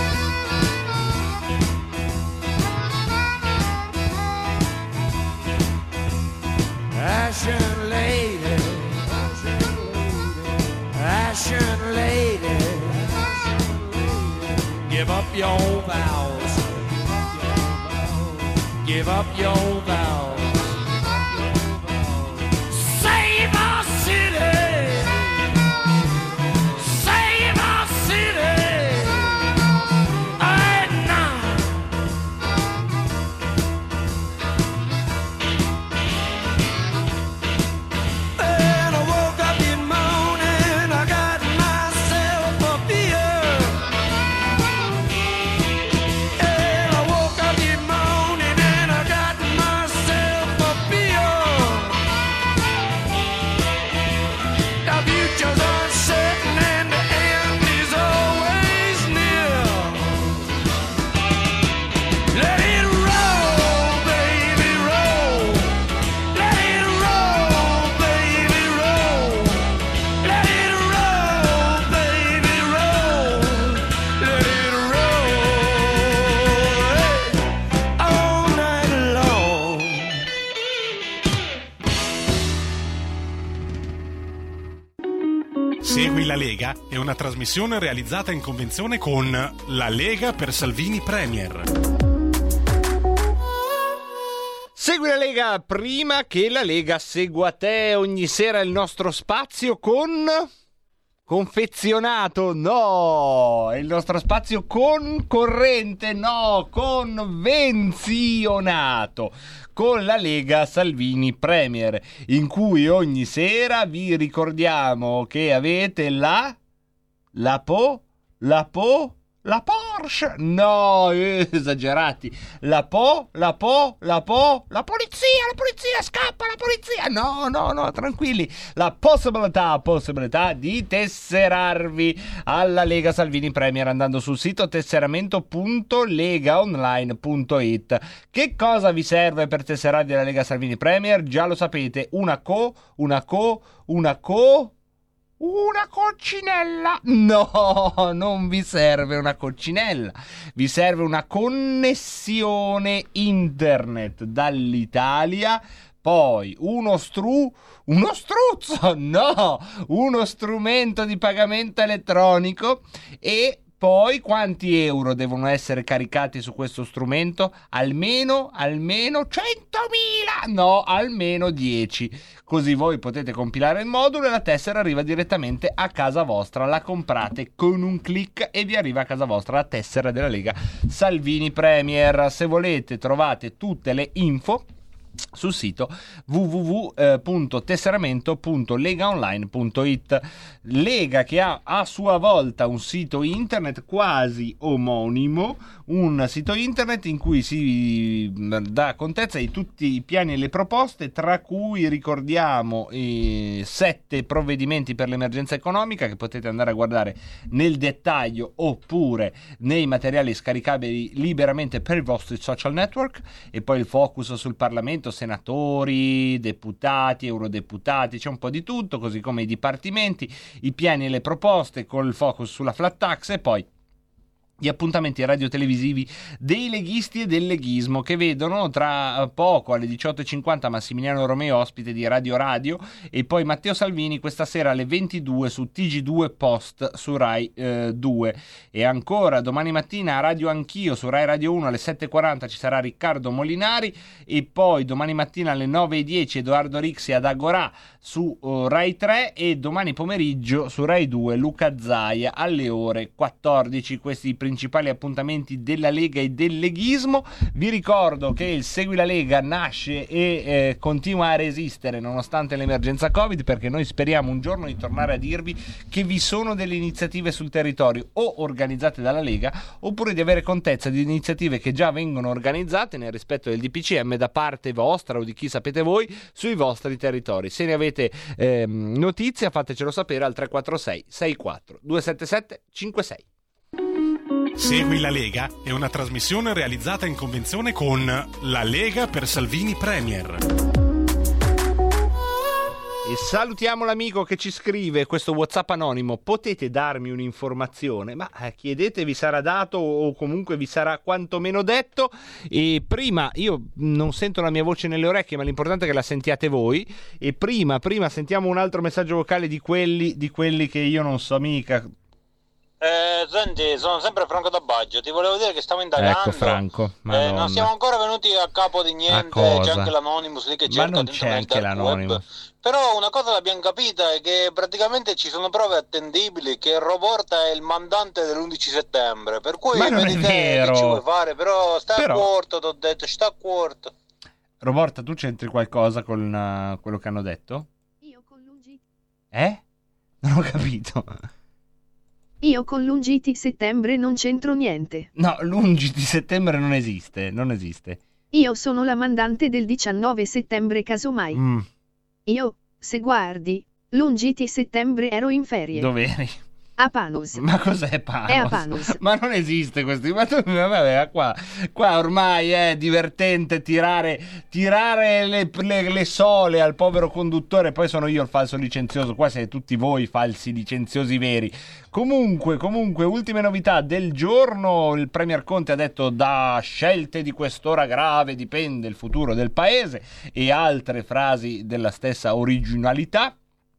Ashen lady, Ashen lady, give up your vows. Give up your vows. Save our city. Save our city. At night. And I woke up in the morning, I got myself a beer. And I woke up in the morning, future's uncertain and the end is always near. Let it roll, baby, roll. Let it roll, baby, roll. Let it roll, baby, roll. Let it roll all night long. Segui la Lega è una trasmissione realizzata in convenzione con La Lega per Salvini Premier. Segui la Lega prima che la Lega segua te. Ogni sera il nostro spazio con confezionato, no, è il nostro spazio concorrente, no, convenzionato con la Lega Salvini Premier, in cui ogni sera vi ricordiamo che avete la Porsche, no, esagerati, la polizia, scappa la polizia, no, tranquilli, la possibilità di tesserarvi alla Lega Salvini Premier andando sul sito tesseramento.legaonline.it. Che cosa vi serve per tesserarvi alla Lega Salvini Premier? Già lo sapete, una coccinella? No, non vi serve una coccinella, vi serve una connessione internet dall'Italia, poi uno strumento di pagamento elettronico e poi quanti euro devono essere caricati su questo strumento? Almeno 100.000, no, almeno 10. Così voi potete compilare il modulo e la tessera arriva direttamente a casa vostra. La comprate con un click e vi arriva a casa vostra la tessera della Lega Salvini Premier. Se volete trovate tutte le info sul sito www.tesseramento.legaonline.it. Lega che ha a sua volta un sito internet quasi omonimo, un sito internet in cui si dà contezza di tutti i piani e le proposte, tra cui ricordiamo 7 provvedimenti per l'emergenza economica che potete andare a guardare nel dettaglio oppure nei materiali scaricabili liberamente per i vostri social network, e poi il focus sul Parlamento, senatori, deputati, eurodeputati, c'è un po' di tutto, così come i dipartimenti, i piani e le proposte col focus sulla flat tax, e poi gli appuntamenti radiotelevisivi dei leghisti e del leghismo, che vedono tra poco alle 18.50 Massimiliano Romeo, ospite di Radio, e poi Matteo Salvini questa sera alle 22 su TG2 Post su Rai 2, e ancora domani mattina a Radio Anch'io su Rai Radio 1 alle 7.40 ci sarà Riccardo Molinari, e poi domani mattina alle 9.10 Edoardo Rixi ad Agorà su Rai 3, e domani pomeriggio su Rai 2 Luca Zaia alle ore 14. Questi i principali appuntamenti della Lega e del leghismo. Vi ricordo che il Segui la Lega nasce e continua a resistere nonostante l'emergenza Covid, perché noi speriamo un giorno di tornare a dirvi che vi sono delle iniziative sul territorio o organizzate dalla Lega, oppure di avere contezza di iniziative che già vengono organizzate nel rispetto del DPCM da parte vostra o di chi sapete voi sui vostri territori. Se ne avete notizia, fatecelo sapere al 346 64 277 56. Segui la Lega è una trasmissione realizzata in convenzione con La Lega per Salvini Premier. E salutiamo l'amico che ci scrive questo WhatsApp anonimo: potete darmi un'informazione? Ma chiedete, vi sarà dato o comunque vi sarà quantomeno detto. E prima, io non sento la mia voce nelle orecchie, ma l'importante è che la sentiate voi. E prima sentiamo un altro messaggio vocale di quelli che io non so mica. Senti, sono sempre Franco da Baggio, ti volevo dire che stavo indagando. Ecco Franco, non siamo ancora venuti a capo di niente, c'è anche l'Anonymous lì che cerca, ma non c'è anche l'Anonymous. Però una cosa l'abbiamo capita, è che praticamente ci sono prove attendibili che Roborta è il mandante dell'11 settembre, per cui ma non è vero. Che ci vuoi fare, però sta a corto, ti ho detto, sta a corto. Roborta, tu c'entri qualcosa con quello che hanno detto? Io con l'UGT. Non ho capito. Io con l'11 di settembre non c'entro niente. No, l'11 di settembre non esiste. Io sono la mandante del 19 settembre casomai. Io, se guardi, l'11 di settembre ero in ferie. Dov'eri? A Panos. Ma cos'è Panos? È a Panos. Ma non esiste questo. Ma vabbè, qua ormai è divertente tirare le sole al povero conduttore. Poi sono io il falso licenzioso. Qua siete tutti voi falsi licenziosi veri. Comunque, ultime novità del giorno. Il Premier Conte ha detto: da scelte di quest'ora grave dipende il futuro del paese, e altre frasi della stessa originalità.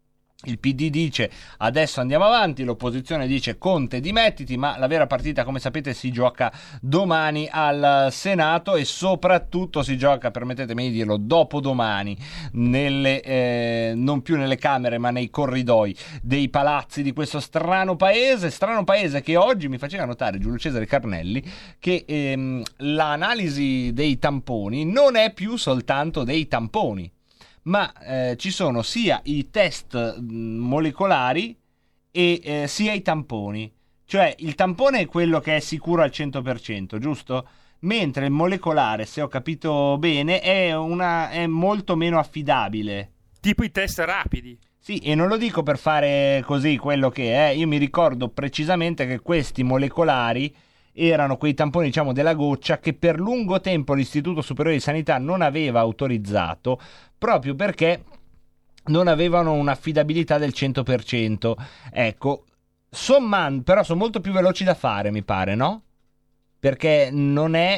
Il PD dice adesso andiamo avanti, l'opposizione dice Conte dimettiti, ma la vera partita, come sapete, si gioca domani al Senato e soprattutto si gioca, permettetemi di dirlo, dopodomani, non più nelle camere ma nei corridoi dei palazzi di questo strano paese che oggi mi faceva notare Giulio Cesare Carnelli che l'analisi dei tamponi non è più soltanto dei tamponi, ma ci sono sia i test molecolari e sia i tamponi. Cioè il tampone è quello che è sicuro al 100%, giusto? Mentre il molecolare, se ho capito bene, è molto meno affidabile. Tipo i test rapidi. Sì, e non lo dico per fare così quello che è. Io mi ricordo precisamente che questi molecolari erano quei tamponi, diciamo, della goccia che per lungo tempo l'Istituto Superiore di Sanità non aveva autorizzato proprio perché non avevano un'affidabilità del 100%. Ecco, però sono molto più veloci da fare, mi pare, no? Perché non è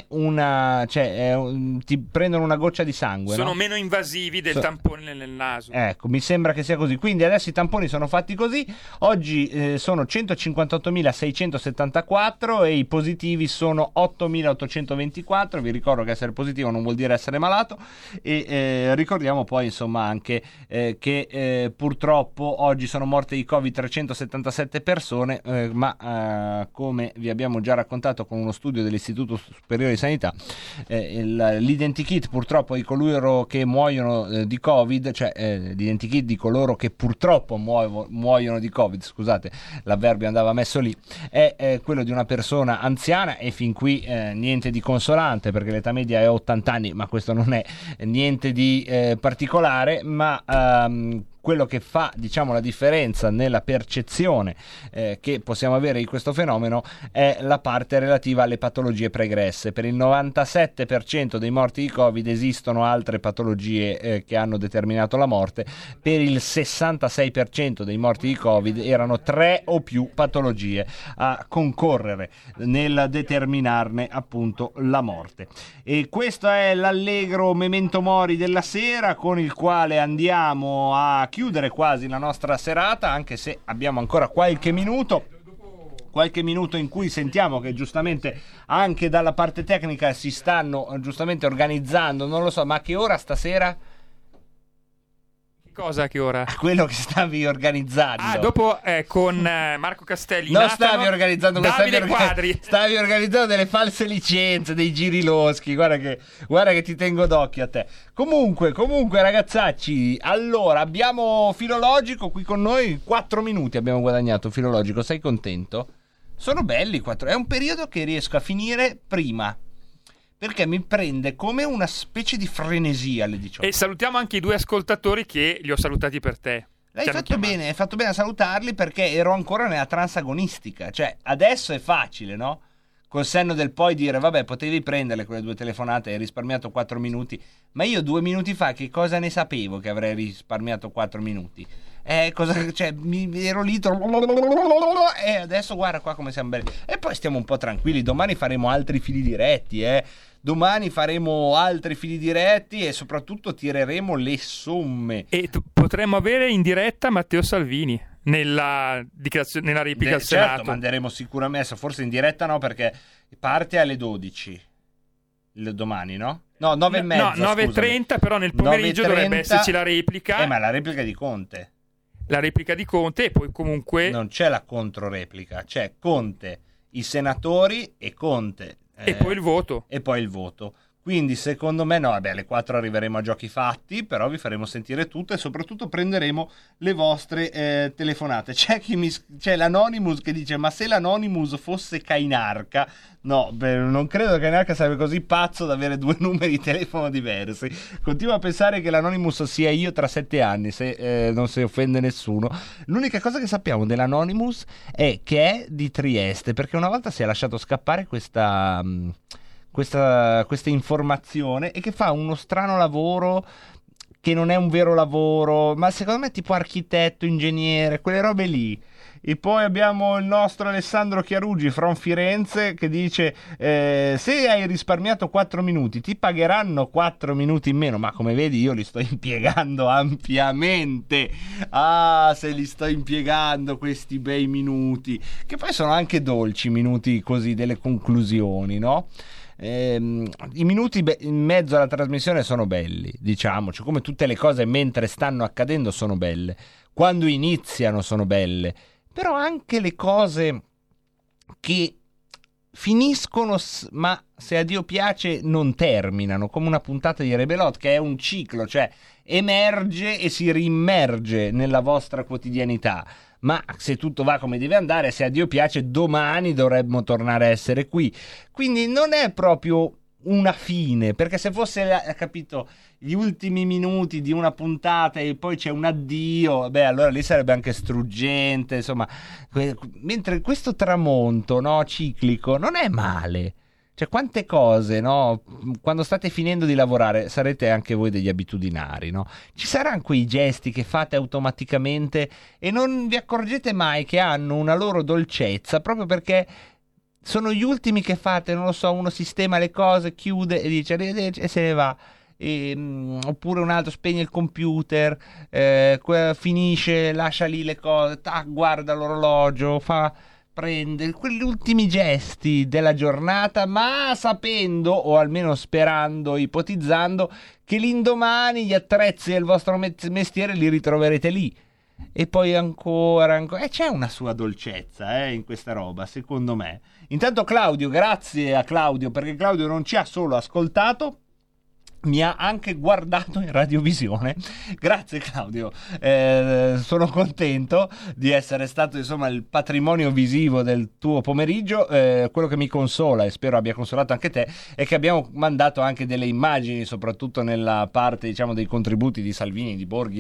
ti prendono una goccia di sangue. Sono no? meno invasivi del tampone nel naso. Ecco, mi sembra che sia così. Quindi adesso i tamponi sono fatti così. Oggi sono 158.674 e i positivi sono 8.824. Vi ricordo che essere positivo non vuol dire essere malato. E ricordiamo poi, insomma, anche che purtroppo oggi sono morte di Covid 377 persone, ma come vi abbiamo già raccontato con uno studio dell'Istituto Superiore di Sanità, l'identikit purtroppo di coloro che muoiono di Covid, cioè l'identikit di coloro che purtroppo muoiono di Covid, scusate, l'avverbio andava messo lì, è quello di una persona anziana e fin qui niente di consolante perché l'età media è 80 anni, ma questo non è niente di particolare, ma quello che fa, diciamo, la differenza nella percezione che possiamo avere di questo fenomeno è la parte relativa alle patologie pregresse. Per il 97% dei morti di Covid esistono altre patologie che hanno determinato la morte. Per il 66% dei morti di Covid erano 3 o più patologie a concorrere nel determinarne appunto la morte. E questo è l'allegro memento mori della sera con il quale andiamo a chiudere quasi la nostra serata, anche se abbiamo ancora qualche minuto in cui sentiamo che giustamente anche dalla parte tecnica si stanno giustamente organizzando, non lo so, ma a che ora stasera? Cosa a che ora? Quello che stavi organizzando. Dopo con Marco Castelli. Non stavi organizzando Quadri. Stavi organizzando delle false licenze, dei giri loschi. Guarda che ti tengo d'occhio a te. Comunque ragazzacci, allora abbiamo Filologico qui con noi. 4 minuti abbiamo guadagnato Filologico. Sei contento? Sono belli 4. È un periodo che riesco a finire prima, perché mi prende come una specie di frenesia alle 18. E salutiamo anche i 2 ascoltatori che li ho salutati per te. Hai fatto bene a salutarli perché ero ancora nella transagonistica. Cioè, adesso è facile, no? Col senno del poi dire, vabbè, potevi prenderle quelle 2 telefonate, hai risparmiato 4 minuti. Ma io 2 minuti fa che cosa ne sapevo che avrei risparmiato 4 minuti? Mi ero lì e adesso guarda qua come siamo belli. E poi stiamo un po' tranquilli. Domani faremo altri fili diretti, Domani faremo altri fili diretti e soprattutto tireremo le somme. E potremmo avere in diretta Matteo Salvini nella replica al Senato. Certo, manderemo sicuramente, forse in diretta no, perché parte alle 12 domani, no? No, 9:30. No, 9:30, però nel pomeriggio 9:30, dovrebbe esserci la replica. Ma la replica di Conte. La replica di Conte e poi comunque... Non c'è la controreplica, c'è Conte, i senatori e Conte. E poi il voto. Quindi secondo me alle 4 arriveremo a giochi fatti, però vi faremo sentire tutto e soprattutto prenderemo le vostre telefonate. C'è l'Anonymous che dice, ma se l'Anonymous fosse Kainarca? No, non credo che Kainarca sarebbe così pazzo da avere 2 numeri di telefono diversi. Continuo a pensare che l'Anonymous sia io tra 7 anni, se non si offende nessuno. L'unica cosa che sappiamo dell'Anonymous è che è di Trieste, perché una volta si è lasciato scappare questa informazione e che fa uno strano lavoro che non è un vero lavoro, ma secondo me tipo architetto, ingegnere, quelle robe lì. E poi abbiamo il nostro Alessandro Chiarugi from Firenze che dice se hai risparmiato 4 minuti ti pagheranno 4 minuti in meno, ma come vedi io li sto impiegando ampiamente. Se li sto impiegando questi bei minuti, che poi sono anche dolci, minuti così delle conclusioni, no? I minuti in mezzo alla trasmissione sono belli, diciamoci, come tutte le cose mentre stanno accadendo sono belle, quando iniziano sono belle, però anche le cose che finiscono ma se a Dio piace non terminano, come una puntata di Rebelot che è un ciclo, cioè emerge e si rimmerge nella vostra quotidianità. Ma se tutto va come deve andare, se a Dio piace, domani dovremmo tornare a essere qui. Quindi non è proprio una fine, perché se fosse, capito, gli ultimi minuti di una puntata e poi c'è un addio, beh, allora lì sarebbe anche struggente, insomma. Mentre questo tramonto, no, ciclico, non è male. Cioè, quante cose, no? Quando state finendo di lavorare, sarete anche voi degli abitudinari, no? Ci saranno quei gesti che fate automaticamente e non vi accorgete mai che hanno una loro dolcezza, proprio perché sono gli ultimi che fate, non lo so, uno sistema le cose, chiude e dice arrivederci e se ne va. Oppure un altro spegne il computer, finisce, lascia lì le cose, guarda l'orologio, prende quegli ultimi gesti della giornata, ma sapendo, o almeno sperando, ipotizzando, che l'indomani gli attrezzi del vostro mestiere li ritroverete lì. E poi ancora. C'è una sua dolcezza in questa roba, secondo me. Intanto Claudio, grazie a Claudio, perché Claudio non ci ha solo ascoltato, mi ha anche guardato in radiovisione. Grazie Claudio, sono contento di essere stato insomma il patrimonio visivo del tuo pomeriggio. Quello che mi consola, e spero abbia consolato anche te, è che abbiamo mandato anche delle immagini, soprattutto nella parte diciamo dei contributi di Salvini, di Borghi,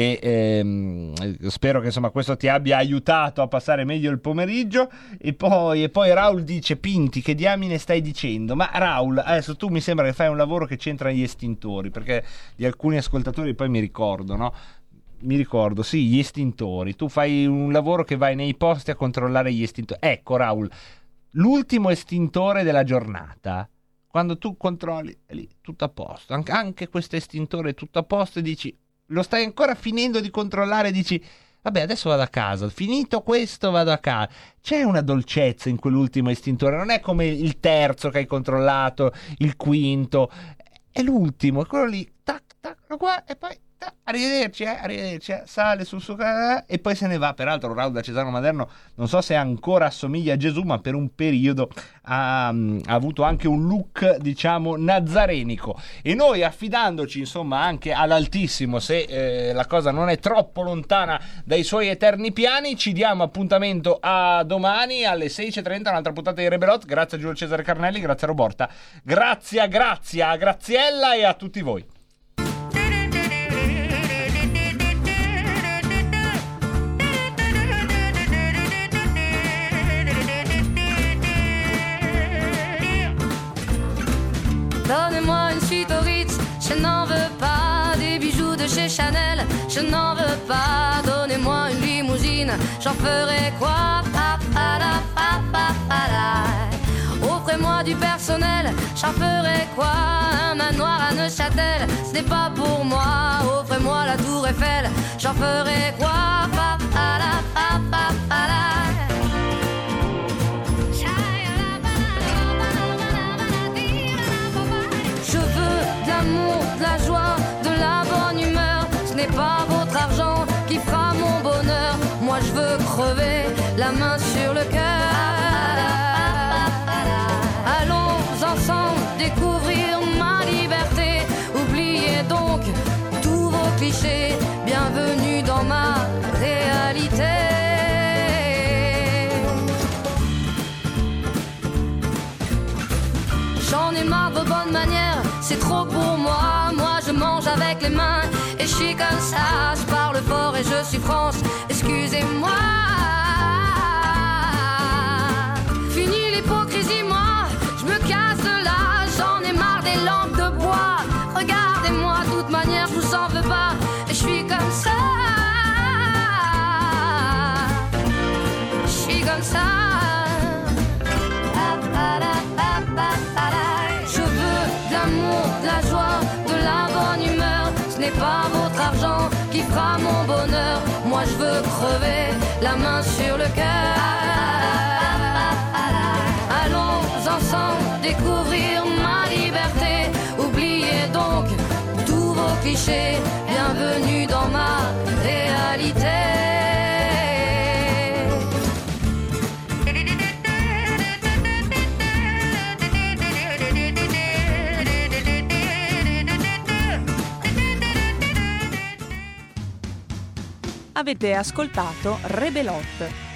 e spero che insomma questo ti abbia aiutato a passare meglio il pomeriggio. E poi Raul dice: Pinti, che diamine stai dicendo? Ma Raul, adesso tu mi sembra che fai un lavoro che c'entra gli estintori, perché di alcuni ascoltatori poi mi ricordo, no? Mi ricordo, sì, gli estintori. Tu fai un lavoro che vai nei posti a controllare gli estintori. Ecco Raul, l'ultimo estintore della giornata, quando tu controlli, è lì, tutto a posto, anche questo estintore è tutto a posto, e dici, lo stai ancora finendo di controllare, dici vabbè adesso vado a casa, finito questo vado a casa. C'è una dolcezza in quell'ultimo estintore, non è come il terzo che hai controllato, il quinto, è l'ultimo, è quello lì, tac tac, qua, e poi tac, arrivederci, sale sul suo e poi se ne va. Peraltro Raul da Cesano Maderno, non so se ancora assomiglia a Gesù, ma per un periodo ha avuto anche un look diciamo nazarenico, e noi affidandoci insomma anche all'Altissimo, se la cosa non è troppo lontana dai suoi eterni piani, ci diamo appuntamento a domani alle 16:30, un'altra puntata di Rebelot. Grazie a Giulio Cesare Carnelli, grazie a Roborta, grazie a Graziella e a tutti voi. Donnez-moi une suite au Ritz, je n'en veux pas. Des bijoux de chez Chanel, je n'en veux pas. Donnez-moi une limousine, j'en ferai quoi? Offrez-moi du personnel, j'en ferai quoi? Un manoir à Neuchâtel, ce n'est pas pour moi. Offrez-moi la tour Eiffel, j'en ferai quoi? Je veux de l'amour, de la joie, de la bonne humeur. Ce n'est pas votre argent qui fera mon bonheur. Moi je veux crever la main sur le cœur. Allons ensemble découvrir ma liberté. Oubliez donc tous vos clichés. Bienvenue dans ma réalité. J'en ai marre de vos bonnes manières, c'est trop pour moi. Moi je mange avec les mains et je suis comme ça. Je parle fort et je suis France, excusez-moi. Fini l'hypocrisie, moi, je me casse de là. J'en ai marre des lampes de bois. Regardez-moi, de toute manière je vous en veux pas. Et je suis comme ça. la joie, de la bonne humeur. Ce n'est pas votre argent qui fera mon bonheur. Moi je veux crever la main sur le cœur. Allons ensemble découvrir ma liberté. Oubliez donc tous vos clichés. Bienvenue dans ma réalité. Avete ascoltato Rebelot,